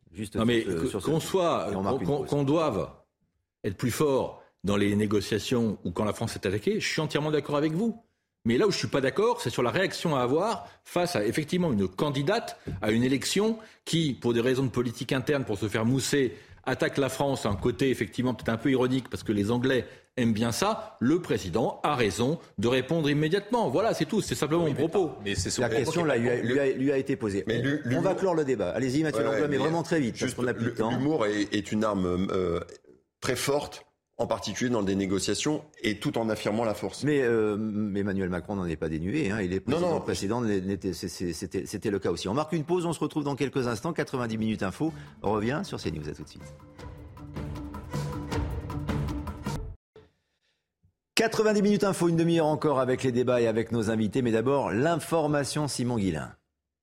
Qu'on doive être plus fort dans les négociations ou quand la France est attaquée, je suis entièrement d'accord avec vous. Mais là où je suis pas d'accord, c'est sur la réaction à avoir face à effectivement une candidate à une élection qui, pour des raisons de politique interne, pour se faire mousser, attaque la France à un côté effectivement peut-être un peu ironique parce que les Anglais aiment bien ça. Le président a raison de répondre immédiatement. Voilà, c'est tout. C'est simplement mon propos. Mais la question là lui a été posée. On va clore le débat. Allez-y, Mathieu Langlois, mais vraiment très vite parce qu'on n'a plus de temps. L'humour est une arme très forte, en particulier dans des négociations, et tout en affirmant la force. Mais Emmanuel Macron n'en est pas dénué. Il est précédent, c'était le cas aussi. On marque une pause, on se retrouve dans quelques instants. 90 minutes info, on revient sur CNews. À tout de suite. 90 minutes info, une demi-heure encore avec les débats et avec nos invités. Mais d'abord, l'information, Simon Guillain.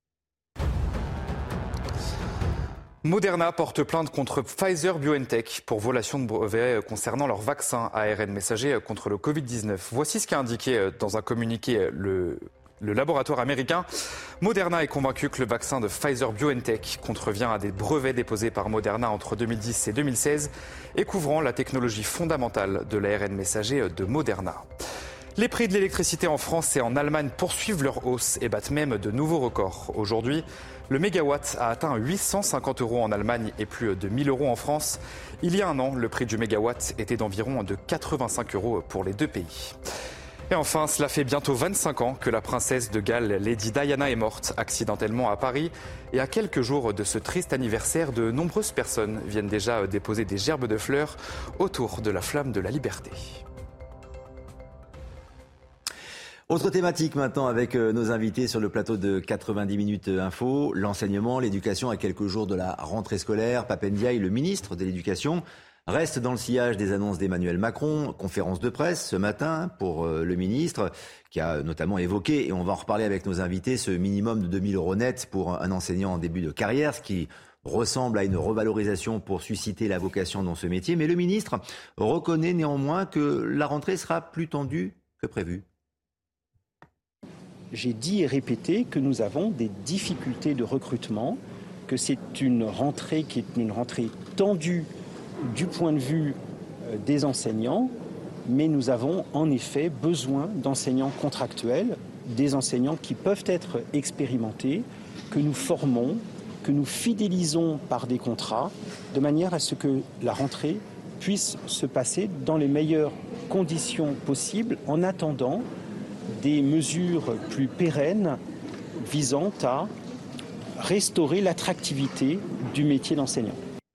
Moderna porte plainte contre Pfizer-BioNTech pour violation de brevets concernant leur vaccin ARN messager contre le Covid-19. Voici ce qu'a indiqué dans un communiqué le laboratoire américain. Moderna est convaincu que le vaccin de Pfizer-BioNTech contrevient à des brevets déposés par Moderna entre 2010 et 2016 et couvrant la technologie fondamentale de l'ARN messager de Moderna. Les prix de l'électricité en France et en Allemagne poursuivent leur hausse et battent même de nouveaux records. Aujourd'hui, le mégawatt a atteint 850 € en Allemagne et plus de 1 000 € en France. Il y a un an, le prix du mégawatt était d'environ de 85 € pour les deux pays. Et enfin, cela fait bientôt 25 ans que la princesse de Galles, Lady Diana, est morte accidentellement à Paris. Et à quelques jours de ce triste anniversaire, de nombreuses personnes viennent déjà déposer des gerbes de fleurs autour de la flamme de la liberté. Autre thématique maintenant avec nos invités sur le plateau de 90 minutes info, l'enseignement, l'éducation à quelques jours de la rentrée scolaire. Pape Ndiaye, le ministre de l'Éducation, reste dans le sillage des annonces d'Emmanuel Macron. Conférence de presse ce matin pour le ministre qui a notamment évoqué, et on va en reparler avec nos invités, ce minimum de 2 000 € net pour un enseignant en début de carrière, ce qui ressemble à une revalorisation pour susciter la vocation dans ce métier. Mais le ministre reconnaît néanmoins que la rentrée sera plus tendue que prévu. J'ai dit et répété que nous avons des difficultés de recrutement, que c'est une rentrée qui est une rentrée tendue du point de vue des enseignants, mais nous avons en effet besoin d'enseignants contractuels, des enseignants qui peuvent être expérimentés, que nous formons, que nous fidélisons par des contrats, de manière à ce que la rentrée puisse se passer dans les meilleures conditions possibles, en attendant des mesures plus pérennes visant à restaurer l'attractivité du métier d'enseignant.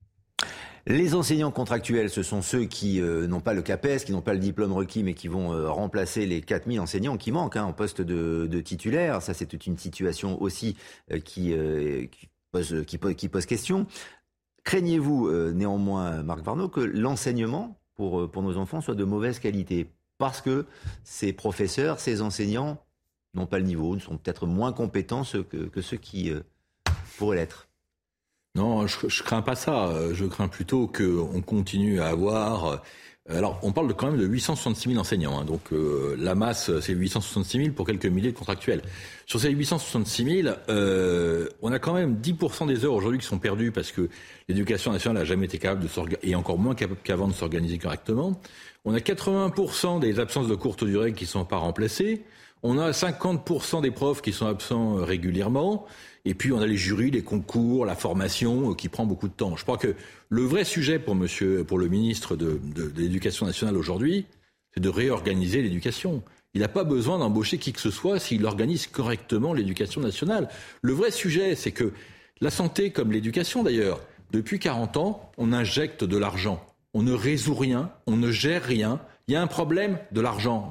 Les enseignants contractuels, ce sont ceux qui n'ont pas le CAPES, qui n'ont pas le diplôme requis, mais qui vont remplacer les 4000 enseignants qui manquent en poste de titulaire. Ça, c'est toute une situation aussi qui pose question. Craignez-vous néanmoins, Marc Varnaud, que l'enseignement pour nos enfants soit de mauvaise qualité ? Parce que ces professeurs, ces enseignants n'ont pas le niveau, sont peut-être moins compétents que ceux qui pourraient l'être. Non, je crains pas ça. Je crains plutôt qu'on continue à avoir... Alors, on parle quand même de 866 000 enseignants. Donc, la masse, c'est 866 000 pour quelques milliers de contractuels. Sur ces 866 000, on a quand même 10% des heures aujourd'hui qui sont perdues parce que l'éducation nationale n'a jamais été capable et encore moins capable qu'avant de s'organiser correctement. On a 80% des absences de courte durée qui ne sont pas remplacées. On a 50% des profs qui sont absents régulièrement. Et puis on a les jurys, les concours, la formation qui prend beaucoup de temps. Je crois que le vrai sujet pour le ministre de l'Éducation nationale aujourd'hui, c'est de réorganiser l'éducation. Il n'a pas besoin d'embaucher qui que ce soit s'il organise correctement l'éducation nationale. Le vrai sujet, c'est que la santé, comme l'éducation d'ailleurs, depuis 40 ans, on injecte de l'argent. On ne résout rien, on ne gère rien. Il y a un problème, de l'argent.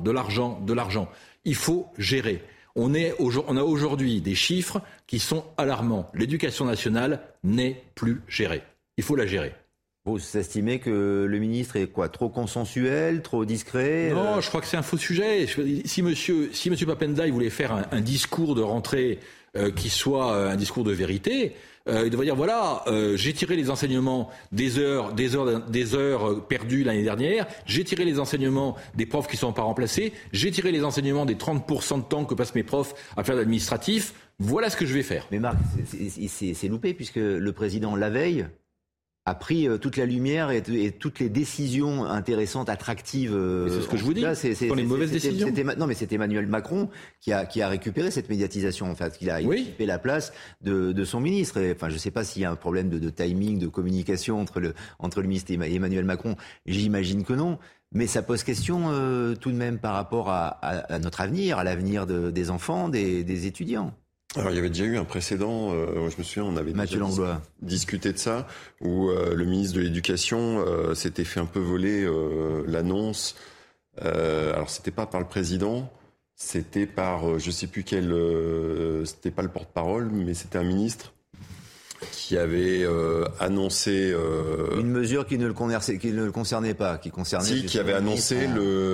Il faut gérer. On a aujourd'hui des chiffres qui sont alarmants. L'éducation nationale n'est plus gérée. Il faut la gérer. Vous estimez que le ministre est trop consensuel, trop discret Non, je crois que c'est un faux sujet. Si monsieur Pape Ndiaye voulait faire un discours de rentrée qui soit un discours de vérité, il devrait dire voilà, j'ai tiré les enseignements des heures perdues l'année dernière, j'ai tiré les enseignements des profs qui ne sont pas remplacés, j'ai tiré les enseignements des 30% de temps que passent mes profs à faire l'administratif. Voilà ce que je vais faire. Mais Marc, c'est loupé puisque le président la veille a pris toute la lumière et toutes les décisions intéressantes, attractives. C'est ce que je vous dis. Ce sont les mauvaises décisions. Non, mais c'est Emmanuel Macron qui a récupéré cette médiatisation, en fait, qu'il a occupé la place de son ministre. Et, enfin, je ne sais pas s'il y a un problème de timing, de communication entre le ministre et Emmanuel Macron. J'imagine que non. Mais ça pose question tout de même par rapport à notre avenir, à l'avenir des enfants, des étudiants. Alors, il y avait déjà eu un précédent, je me souviens, on avait déjà discuté de ça, où le ministre de l'Éducation s'était fait un peu voler l'annonce. Alors, c'était pas par le président, c'était par, je sais plus quel, c'était pas le porte-parole, mais c'était un ministre qui avait annoncé une mesure qui ne le concernait pas, qui avait annoncé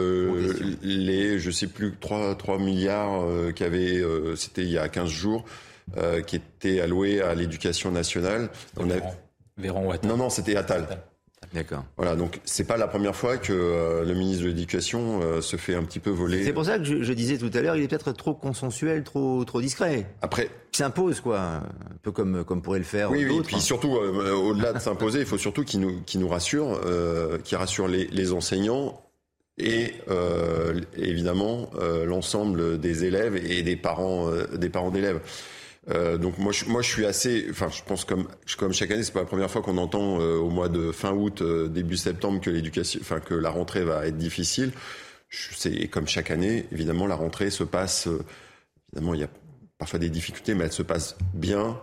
les je sais plus 3 milliards qui avaient c'était il y a 15 jours qui étaient alloués à l'éducation nationale. Véran ou Attal. Non, c'était Attal. D'accord. Voilà, donc c'est pas la première fois que le ministre de l'Éducation se fait un petit peu voler. C'est pour ça que je disais tout à l'heure, il est peut-être trop consensuel, trop discret. Après, il s'impose un peu comme pourrait le faire d'autres. Oui, puis surtout au-delà de s'imposer, il faut surtout qu'il nous rassure, qu'il rassure les enseignants et évidemment l'ensemble des élèves et des parents d'élèves. Donc moi je suis assez, je pense comme chaque année, c'est pas la première fois qu'on entend au mois de fin août, début septembre que la rentrée va être difficile. C'est comme chaque année, évidemment la rentrée se passe, évidemment il y a parfois des difficultés, mais elle se passe bien.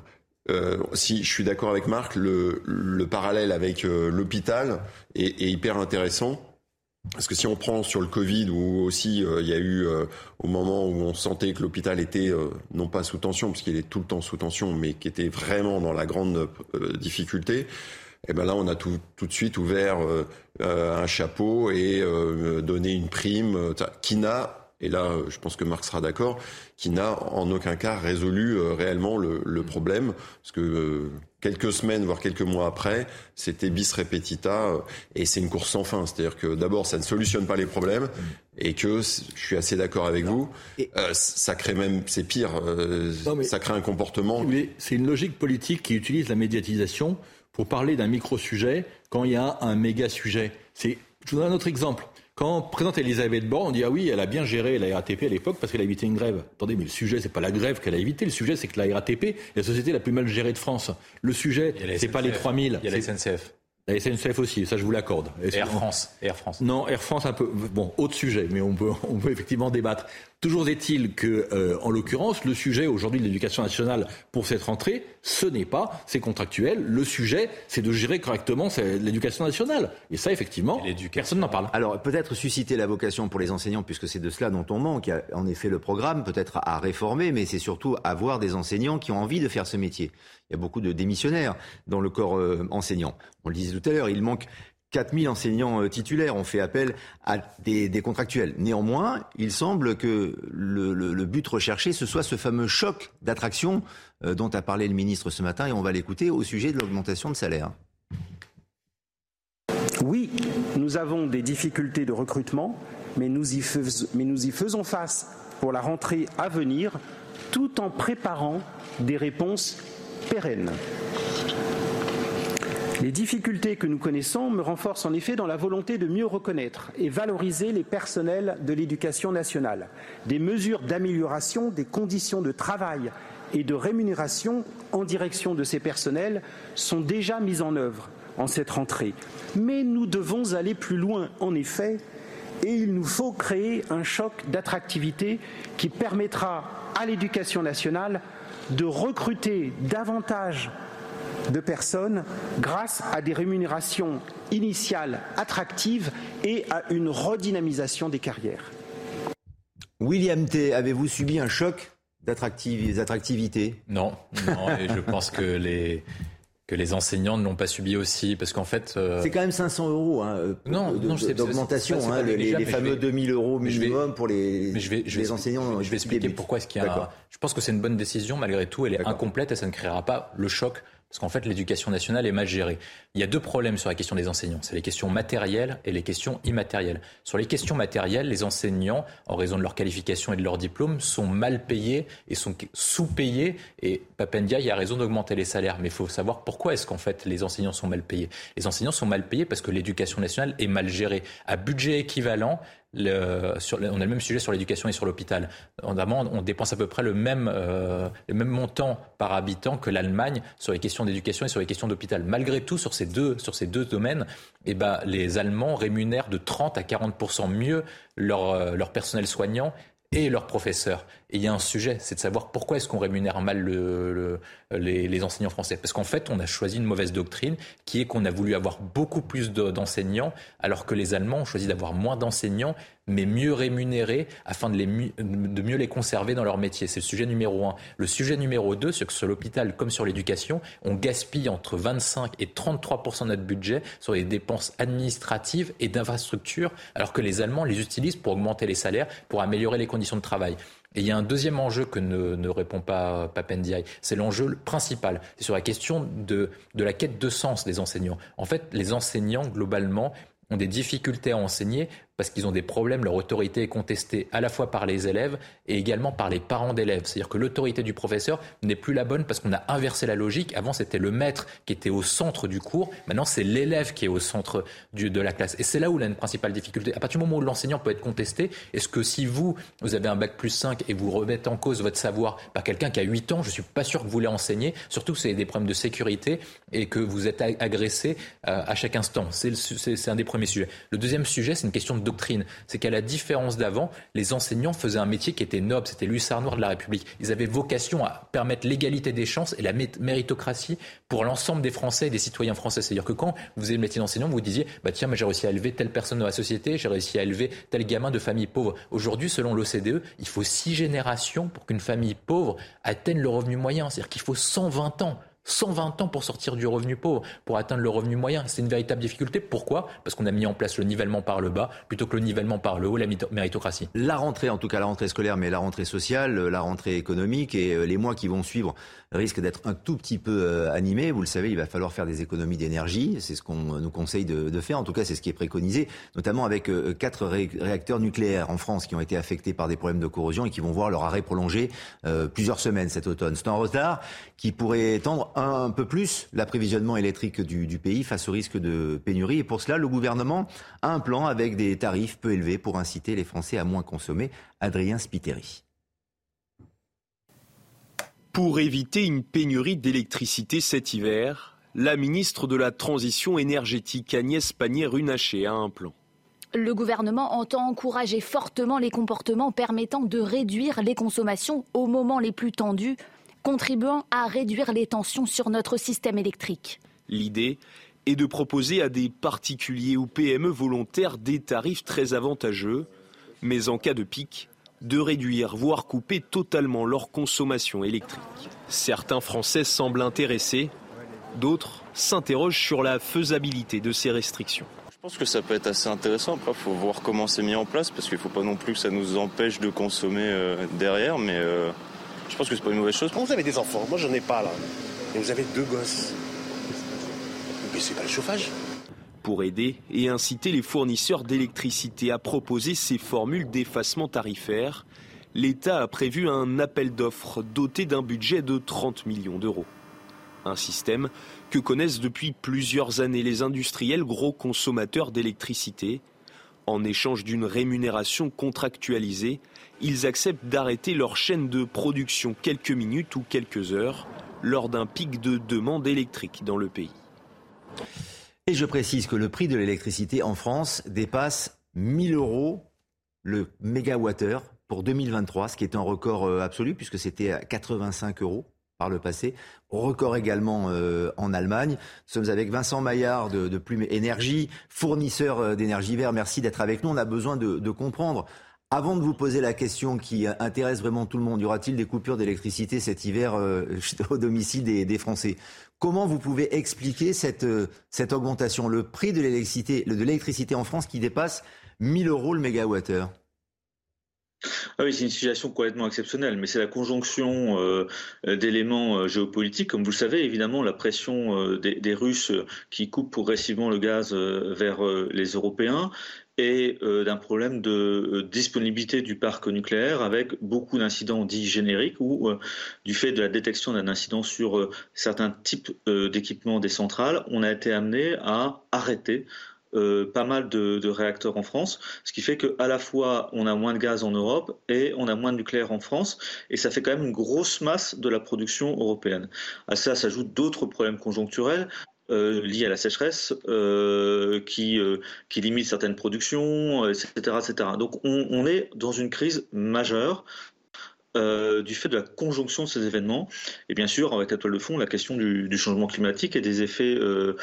Si je suis d'accord avec Marc, le parallèle avec l'hôpital est hyper intéressant. Parce que si on prend sur le Covid, où aussi il y a eu au moment où on sentait que l'hôpital était non pas sous tension, parce qu'il est tout le temps sous tension, mais qui était vraiment dans la grande difficulté, et ben là on a tout de suite ouvert un chapeau et donné une prime qui n'a, et là je pense que Marc sera d'accord, qui n'a en aucun cas résolu réellement le problème, parce que quelques semaines, voire quelques mois après, c'était bis repetita, et c'est une course sans fin. C'est-à-dire que d'abord, ça ne solutionne pas les problèmes, et que, je suis assez d'accord avec vous, ça crée même, c'est pire, ça crée un comportement. C'est une logique politique qui utilise la médiatisation pour parler d'un micro-sujet quand il y a un méga-sujet. Je vous donne un autre exemple. Quand on présente Elisabeth Borne, on dit « Ah oui, elle a bien géré la RATP à l'époque parce qu'elle a évité une grève ». Attendez, mais le sujet, c'est pas la grève qu'elle a évité. Le sujet, c'est que la RATP est la société la plus mal gérée de France. Le sujet, c'est pas les 3000. Il y a la SNCF. La SNCF aussi, ça je vous l'accorde. Air France. Non, Air France un peu. Bon, autre sujet, mais on peut effectivement débattre. Toujours est-il que, en l'occurrence, le sujet aujourd'hui de l'éducation nationale pour cette rentrée, c'est contractuel. Le sujet, c'est de gérer correctement l'éducation nationale. Et ça, effectivement, personne n'en parle. Alors, peut-être susciter la vocation pour les enseignants, puisque c'est de cela dont on manque. Il y a en effet le programme, peut-être à réformer, mais c'est surtout avoir des enseignants qui ont envie de faire ce métier. Il y a beaucoup de démissionnaires dans le corps enseignant. On le disait tout à l'heure, il manque 4000 enseignants titulaires, on fait appel à des contractuels. Néanmoins, il semble que le but recherché, ce soit ce fameux choc d'attraction dont a parlé le ministre ce matin, et on va l'écouter au sujet de l'augmentation de salaire. Oui, nous avons des difficultés de recrutement, mais nous y faisons face pour la rentrée à venir, tout en préparant des réponses pérennes. Les difficultés que nous connaissons me renforcent en effet dans la volonté de mieux reconnaître et valoriser les personnels de l'éducation nationale. Des mesures d'amélioration des conditions de travail et de rémunération en direction de ces personnels sont déjà mises en œuvre en cette rentrée. Mais nous devons aller plus loin, en effet, et il nous faut créer un choc d'attractivité qui permettra à l'éducation nationale de recruter davantage de personnes grâce à des rémunérations initiales attractives et à une redynamisation des carrières. William T, avez-vous subi un choc d'attractivité ? Non, et je pense que les enseignants ne l'ont pas subi aussi, parce qu'en fait... C'est quand même 500 € d'augmentation, les fameux 2000 € minimum pour les enseignants. Je vais expliquer pourquoi est-ce qu'il y a... Je pense que c'est une bonne décision, malgré tout, elle est incomplète et ça ne créera pas le choc. Parce qu'en fait, l'éducation nationale est mal gérée. Il y a deux problèmes sur la question des enseignants. C'est les questions matérielles et les questions immatérielles. Sur les questions matérielles, les enseignants, en raison de leur qualification et de leur diplôme, sont mal payés et sont sous-payés. Et Pape Ndiaye a raison d'augmenter les salaires. Mais il faut savoir pourquoi est-ce qu'en fait les enseignants sont mal payés. Les enseignants sont mal payés parce que l'éducation nationale est mal gérée. À budget équivalent, on a le même sujet sur l'éducation et sur l'hôpital. On dépense à peu près le même montant par habitant que l'Allemagne sur les questions d'éducation et sur les questions d'hôpital. Malgré tout, sur ces deux domaines, les Allemands rémunèrent de 30 à 40% mieux leur personnel soignant et leurs professeurs. Et il y a un sujet, c'est de savoir pourquoi est-ce qu'on rémunère mal les enseignants français. Parce qu'en fait, on a choisi une mauvaise doctrine qui est qu'on a voulu avoir beaucoup plus d'enseignants, alors que les Allemands ont choisi d'avoir moins d'enseignants, mais mieux rémunérés, afin de mieux les conserver dans leur métier. C'est le sujet numéro 1. Le sujet numéro 2, c'est que sur l'hôpital comme sur l'éducation, on gaspille entre 25 et 33% de notre budget sur les dépenses administratives et d'infrastructures, alors que les Allemands les utilisent pour augmenter les salaires, pour améliorer les conditions de travail. Et il y a un deuxième enjeu que ne répond pas Pape Ndiaye, c'est l'enjeu principal. C'est sur la question de la quête de sens des enseignants. En fait, les enseignants, globalement, ont des difficultés à enseigner parce qu'ils ont des problèmes. Leur autorité est contestée à la fois par les élèves et également par les parents d'élèves. C'est-à-dire que l'autorité du professeur n'est plus la bonne parce qu'on a inversé la logique. Avant, c'était le maître qui était au centre du cours. Maintenant, c'est l'élève qui est au centre de la classe. Et c'est là où la principale difficulté. À partir du moment où l'enseignant peut être contesté, est-ce que si vous avez un bac plus 5 et vous remettez en cause votre savoir par quelqu'un qui a 8 ans, je ne suis pas sûr que vous voulez enseigner, surtout que c'est des problèmes de sécurité et que vous êtes agressé à chaque instant. C'est un des premiers sujets. Le deuxième sujet, c'est une question de doctrine. C'est qu'à la différence d'avant, les enseignants faisaient un métier qui était noble, c'était l'hussard noir de la République. Ils avaient vocation à permettre l'égalité des chances et la méritocratie pour l'ensemble des Français et des citoyens français. C'est-à-dire que quand vous avez le métier d'enseignant, vous disiez tiens, j'ai réussi à élever telle personne dans la société, j'ai réussi à élever tel gamin de famille pauvre. Aujourd'hui, selon l'OCDE, il faut 6 générations pour qu'une famille pauvre atteigne le revenu moyen. C'est-à-dire qu'il faut 120 ans. 120 ans pour sortir du revenu pauvre, pour atteindre le revenu moyen. C'est une véritable difficulté. Pourquoi ? Parce qu'on a mis en place le nivellement par le bas plutôt que le nivellement par le haut, la méritocratie. La rentrée, en tout cas la rentrée scolaire, mais la rentrée sociale, la rentrée économique et les mois qui vont suivre risquent d'être un tout petit peu animés. Vous le savez, il va falloir faire des économies d'énergie. C'est ce qu'on nous conseille de faire. En tout cas, c'est ce qui est préconisé, notamment avec 4 réacteurs nucléaires en France qui ont été affectés par des problèmes de corrosion et qui vont voir leur arrêt prolongé plusieurs semaines cet automne. C'est un retard qui pourrait étendre un peu plus l'approvisionnement électrique du pays face au risque de pénurie. Et pour cela, le gouvernement a un plan avec des tarifs peu élevés pour inciter les Français à moins consommer. Adrien Spiteri. Pour éviter une pénurie d'électricité cet hiver, la ministre de la Transition énergétique Agnès Pannier-Runacher a un plan. Le gouvernement entend encourager fortement les comportements permettant de réduire les consommations aux moments les plus tendus, contribuant à réduire les tensions sur notre système électrique. L'idée est de proposer à des particuliers ou PME volontaires des tarifs très avantageux, mais en cas de pic, de réduire, voire couper totalement leur consommation électrique. Certains Français semblent intéressés, d'autres s'interrogent sur la faisabilité de ces restrictions. Je pense que ça peut être assez intéressant. Après, il faut voir comment c'est mis en place, parce qu'il ne faut pas non plus que ça nous empêche de consommer derrière, mais je pense que c'est pas une mauvaise chose. Quand vous avez des enfants, moi j'en ai pas là, et vous avez 2 gosses, mais c'est pas le chauffage. Pour aider et inciter les fournisseurs d'électricité à proposer ces formules d'effacement tarifaire, l'État a prévu un appel d'offres doté d'un budget de 30 millions d'euros. Un système que connaissent depuis plusieurs années les industriels gros consommateurs d'électricité. En échange d'une rémunération contractualisée, ils acceptent d'arrêter leur chaîne de production quelques minutes ou quelques heures lors d'un pic de demande électrique dans le pays. Et je précise que le prix de l'électricité en France dépasse 1 000 € le mégawattheure pour 2023, ce qui est un record absolu puisque c'était à 85 € par le passé. Record également en Allemagne. Nous sommes avec Vincent Maillard de Plume Énergie, fournisseur d'énergie verte. Merci d'être avec nous. On a besoin de comprendre. Avant de vous poser la question qui intéresse vraiment tout le monde, y aura-t-il des coupures d'électricité cet hiver au domicile des Français ? Comment vous pouvez expliquer cette augmentation, le prix de l'électricité en France qui dépasse 1 000 € le mégawattheure ? Ah oui, c'est une situation complètement exceptionnelle, mais c'est la conjonction d'éléments géopolitiques. Comme vous le savez, évidemment, la pression des Russes qui coupent progressivement le gaz vers les Européens et d'un problème de disponibilité du parc nucléaire avec beaucoup d'incidents dits génériques ou du fait de la détection d'un incident sur certains types d'équipements des centrales, on a été amené à arrêter pas mal de réacteurs en France, ce qui fait qu'à la fois on a moins de gaz en Europe et on a moins de nucléaire en France, et ça fait quand même une grosse masse de la production européenne. À ça s'ajoutent d'autres problèmes conjoncturels liés à la sécheresse qui limite certaines productions, etc., etc. Donc on est dans une crise majeure du fait de la conjonction de ces événements, et bien sûr avec la toile de fond la question du changement climatique et des effets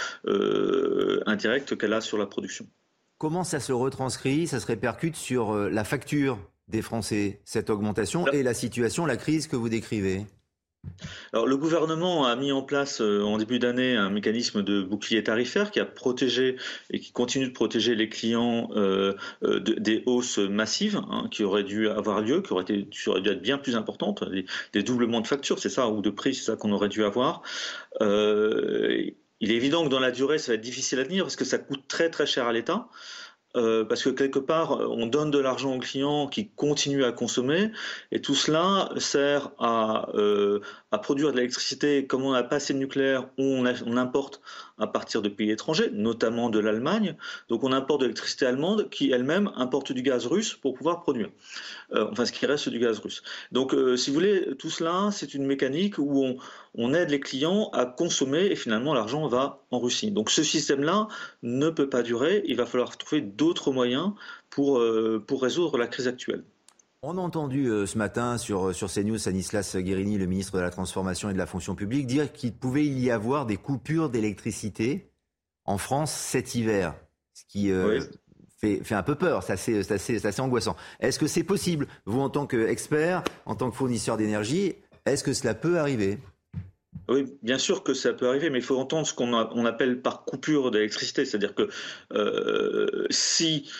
indirects qu'elle a sur la production. Comment ça se retranscrit, ça se répercute sur la facture des Français, cette augmentation et la situation, la crise que vous décrivez ? Alors, le gouvernement a mis en place en début d'année un mécanisme de bouclier tarifaire qui a protégé et qui continue de protéger les clients des hausses massives qui auraient dû avoir lieu, qui auraient dû être bien plus importantes, des doublements de factures, c'est ça, ou de prix, c'est ça qu'on aurait dû avoir. Il est évident que dans la durée, ça va être difficile à tenir parce que ça coûte très très cher à l'État. parce que quelque part, on donne de l'argent aux clients qui continuent à consommer, et tout cela sert à produire de l'électricité. Comme on n'a pas assez de nucléaire, on importe à partir de pays étrangers, notamment de l'Allemagne. Donc on importe de l'électricité allemande qui elle-même importe du gaz russe pour pouvoir produire. Enfin, ce qui reste du gaz russe. Donc, si vous voulez, tout cela, c'est une mécanique où on aide les clients à consommer et finalement l'argent va en Russie. Donc ce système-là ne peut pas durer. Il va falloir trouver d'autres moyens pour résoudre la crise actuelle. On a entendu ce matin sur CNews Stanislas Guerini, le ministre de la Transformation et de la Fonction publique, dire qu'il pouvait y avoir des coupures d'électricité en France cet hiver, ce qui fait un peu peur, c'est assez angoissant. Est-ce que c'est possible, vous en tant qu'expert, en tant que fournisseur d'énergie, est-ce que cela peut arriver ? Oui, bien sûr que ça peut arriver, mais il faut entendre ce qu'on appelle par coupure d'électricité. C'est-à-dire que si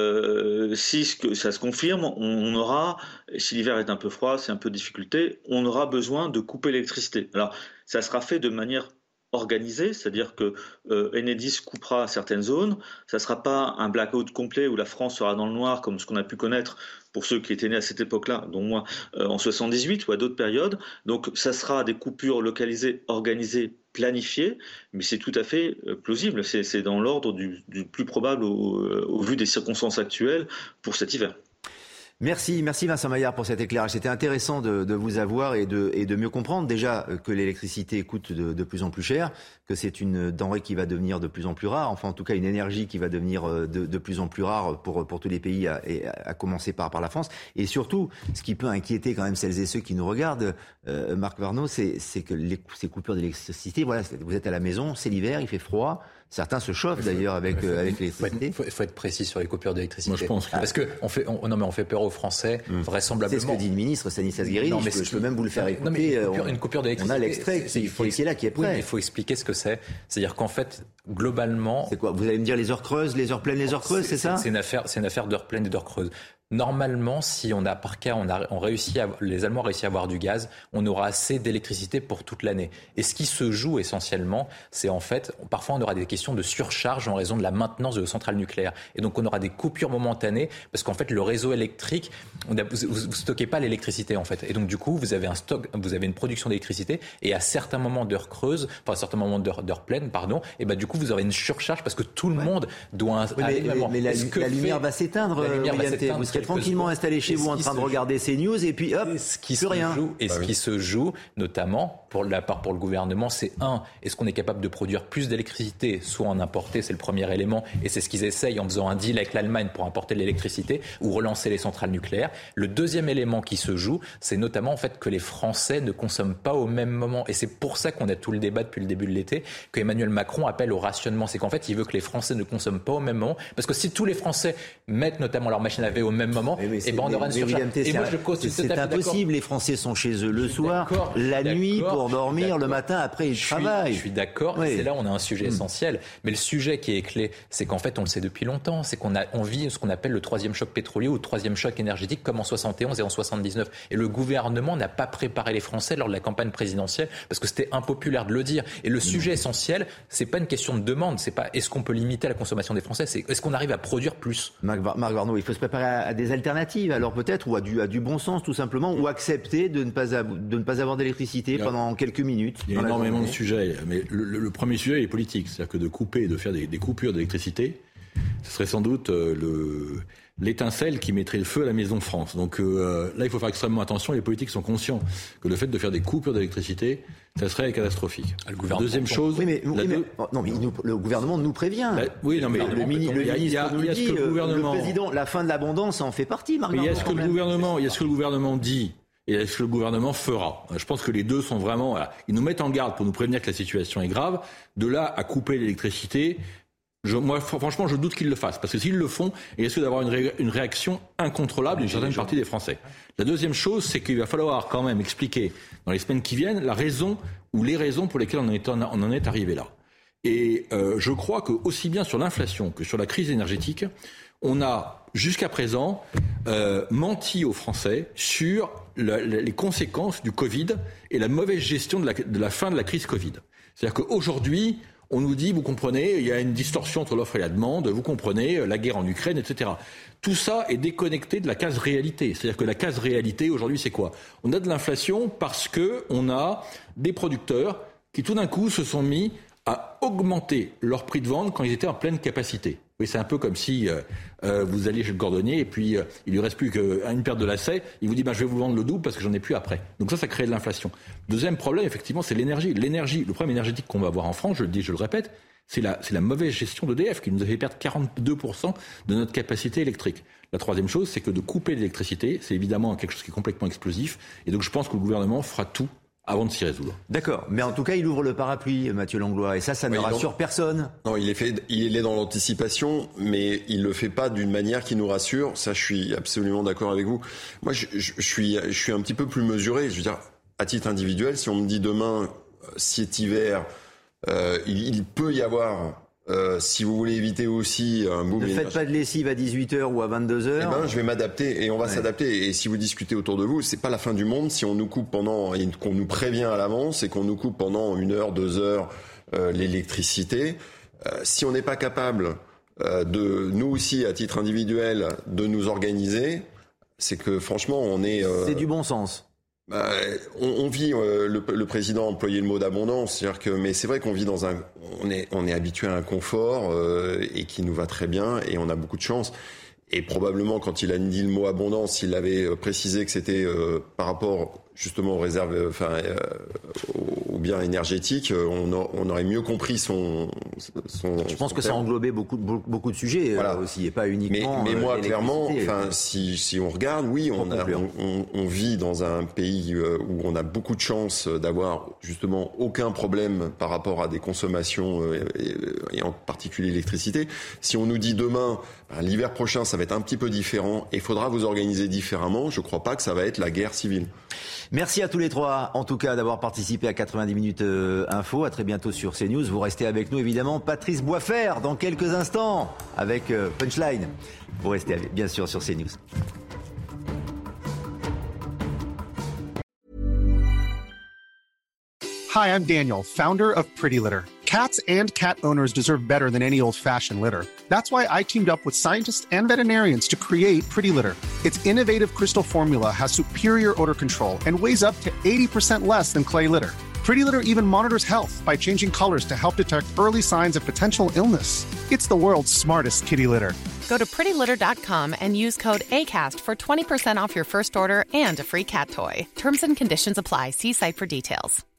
ça se confirme, on aura, si l'hiver est un peu froid, c'est un peu de difficulté, on aura besoin de couper l'électricité. Alors, ça sera fait de manière organisée, c'est-à-dire que Enedis coupera certaines zones. Ça ne sera pas un blackout complet où la France sera dans le noir, comme ce qu'on a pu connaître pour ceux qui étaient nés à cette époque-là, dont moi, en 78 ou à d'autres périodes. Donc ça sera des coupures localisées, organisées, planifiées, mais c'est tout à fait plausible. C'est dans l'ordre du plus probable au vu des circonstances actuelles pour cet hiver. Merci Vincent Maillard pour cet éclairage. C'était intéressant de vous avoir et de mieux comprendre déjà que l'électricité coûte de plus en plus cher, que c'est une denrée qui va devenir de plus en plus rare, enfin en tout cas une énergie qui va devenir de plus en plus rare pour tous les pays, à commencer par la France. Et surtout, ce qui peut inquiéter quand même celles et ceux qui nous regardent, Marc Varnaud, c'est que ces coupures d'électricité, voilà, vous êtes à la maison, c'est l'hiver, il fait froid. Certains se chauffent d'ailleurs avec l'électricité. Il faut être précis sur les coupures d'électricité. Moi, je pense parce que on fait peur aux Français, vraisemblablement. C'est ce que dit le ministre Stanislas Guerini. Je peux même vous le faire écouter. Une coupure d'électricité. On a l'extrait qui est là, qui est prêt. Oui, mais il faut expliquer ce que c'est. C'est-à-dire qu'en fait, globalement. C'est quoi ? Vous allez me dire les heures creuses, les heures pleines, les heures creuses, c'est ça ? C'est une affaire d'heures pleines et d'heures creuses. Normalement, si on a par cas, les Allemands réussissent à avoir du gaz, on aura assez d'électricité pour toute l'année. Et ce qui se joue essentiellement, c'est en fait, parfois on aura des questions de surcharge en raison de la maintenance de nos centrales nucléaires. Et donc on aura des coupures momentanées parce qu'en fait le réseau électrique, vous stockez pas l'électricité en fait. Et donc du coup vous avez une production d'électricité et à certains moments d'heures creuses, enfin à certains moments d'heures pleines, et du coup vous aurez une surcharge parce que tout le monde doit. Mais la lumière va s'éteindre. Vous serez tranquillement installé chez vous en train de regarder ces news et puis hop, plus rien. Ce qui se joue, notamment pour le gouvernement, c'est est-ce qu'on est capable de produire plus d'électricité, soit en importer, c'est le premier élément, et c'est ce qu'ils essayent en faisant un deal avec l'Allemagne pour importer de l'électricité ou relancer les centrales nucléaires. Le deuxième élément qui se joue, c'est notamment en fait que les Français ne consomment pas au même moment, et c'est pour ça qu'on a tout le débat depuis le début de l'été, que Emmanuel Macron appelle au rationnement. C'est qu'en fait, il veut que les Français ne consomment pas au même moment, parce que si tous les Français mettent notamment leur machine à laver au même moment, on aura une surcharge. C'est impossible. Les Français sont chez eux le soir, la nuit pour dormir, le matin après ils travaillent. Je suis d'accord. C'est là où on a un sujet essentiel. Mais le sujet qui est clé, c'est qu'en fait on le sait depuis longtemps, c'est on vit ce qu'on appelle le troisième choc pétrolier ou le troisième choc énergétique, comme en 71 et en 79. Et le gouvernement n'a pas préparé les Français lors de la campagne présidentielle parce que c'était impopulaire de le dire. Et le sujet essentiel, c'est pas une question de demande, c'est pas est-ce qu'on peut limiter la consommation des Français, c'est est-ce qu'on arrive à produire plus. Marc Varnaud, il faut se préparer à des alternatives, alors peut-être, ou à du bon sens tout simplement, ou accepter de ne pas avoir d'électricité pendant quelques minutes. Il y a énormément de sujets, mais le premier sujet est politique, c'est-à-dire que de couper, de faire des coupures d'électricité, ce serait sans doute l'étincelle qui mettrait le feu à la maison France. Donc là, il faut faire extrêmement attention. Les politiques sont conscients que le fait de faire des coupures d'électricité, ça serait catastrophique. Deuxième chose... le gouvernement nous prévient. Le ministre nous dit, le président, la fin de l'abondance en fait partie, Marc. Il y a ce que le gouvernement dit et ce que le gouvernement fera. Je pense que les deux sont vraiment... Ils nous mettent en garde pour nous prévenir que la situation est grave. De là à couper l'électricité... Moi, franchement, je doute qu'ils le fassent. Parce que s'ils le font, il risque d'avoir une réaction incontrôlable d'une certaine partie des Français. La deuxième chose, c'est qu'il va falloir quand même expliquer dans les semaines qui viennent la raison ou les raisons pour lesquelles on en est arrivé là. Et je crois que aussi bien sur l'inflation que sur la crise énergétique, on a jusqu'à présent menti aux Français sur les conséquences du Covid et la mauvaise gestion de la fin de la crise Covid. C'est-à-dire qu'aujourd'hui, On nous dit, vous comprenez, il y a une distorsion entre l'offre et la demande, vous comprenez, la guerre en Ukraine, etc. Tout ça est déconnecté de la case réalité. C'est-à-dire que la case réalité, aujourd'hui, c'est quoi ? On a de l'inflation parce qu'on a des producteurs qui, tout d'un coup, se sont mis à augmenter leur prix de vente quand ils étaient en pleine capacité. Oui, c'est un peu comme si vous alliez chez le cordonnier et puis il lui reste plus qu'une paire de lacets. Il vous dit je vais vous vendre le double parce que j'en ai plus après. Donc ça crée de l'inflation. Deuxième problème, effectivement, c'est l'énergie. Le problème énergétique qu'on va avoir en France, je le dis, je le répète, c'est la mauvaise gestion d'EDF qui nous a fait perdre 42% de notre capacité électrique. La troisième chose, c'est que de couper l'électricité, c'est évidemment quelque chose qui est complètement explosif. Et donc je pense que le gouvernement fera tout avant de s'y résoudre. D'accord, mais en tout cas, il ouvre le parapluie, Mathieu Langlois, et ça ne rassure personne. Non, il est dans l'anticipation, mais il le fait pas d'une manière qui nous rassure. Ça, je suis absolument d'accord avec vous. Moi, je suis un petit peu plus mesuré. Je veux dire, à titre individuel, si on me dit demain, cet hiver, il peut y avoir... si vous voulez éviter aussi un boom... Ne faites pas de lessive à 18h ou à 22h. Eh ben, je vais m'adapter et on va s'adapter. Et si vous discutez autour de vous, c'est pas la fin du monde si on nous coupe qu'on nous prévient à l'avance et qu'on nous coupe pendant 1 heure, 2 heures l'électricité. Si on n'est pas capable de, nous aussi, à titre individuel, de nous organiser, c'est que franchement, on est... C'est du bon sens. On vit, le président a employé le mot d'abondance, c'est-à-dire que, mais c'est vrai qu'on vit on est habitué à un confort et qui nous va très bien et on a beaucoup de chance. Et probablement quand il a dit le mot abondance, il avait précisé que c'était par rapport justement aux réserves, aux biens énergétiques, on aurait mieux compris son. Je pense que ça englobait beaucoup de sujets aussi, et pas uniquement. Mais moi, clairement, si on regarde, oui, on vit dans un pays où on a beaucoup de chance d'avoir justement aucun problème par rapport à des consommations et en particulier l'électricité. Si on nous dit demain, l'hiver prochain, ça va être un petit peu différent et il faudra vous organiser différemment, je ne crois pas que ça va être la guerre civile. Merci à tous les trois, en tout cas, d'avoir participé à 90 minutes info. À très bientôt sur CNews. Vous restez avec nous, évidemment. Patrice Boisfer, dans quelques instants, avec Punchline. Vous restez, bien sûr, sur CNews. Hi, I'm Daniel, founder of Pretty Litter. Cats and cat owners deserve better than any old-fashioned litter. That's why I teamed up with scientists and veterinarians to create Pretty Litter. Its innovative crystal formula has superior odor control and weighs up to 80% less than clay litter. Pretty Litter even monitors health by changing colors to help detect early signs of potential illness. It's the world's smartest kitty litter. Go to prettylitter.com and use code ACAST for 20% off your first order and a free cat toy. Terms and conditions apply. See site for details.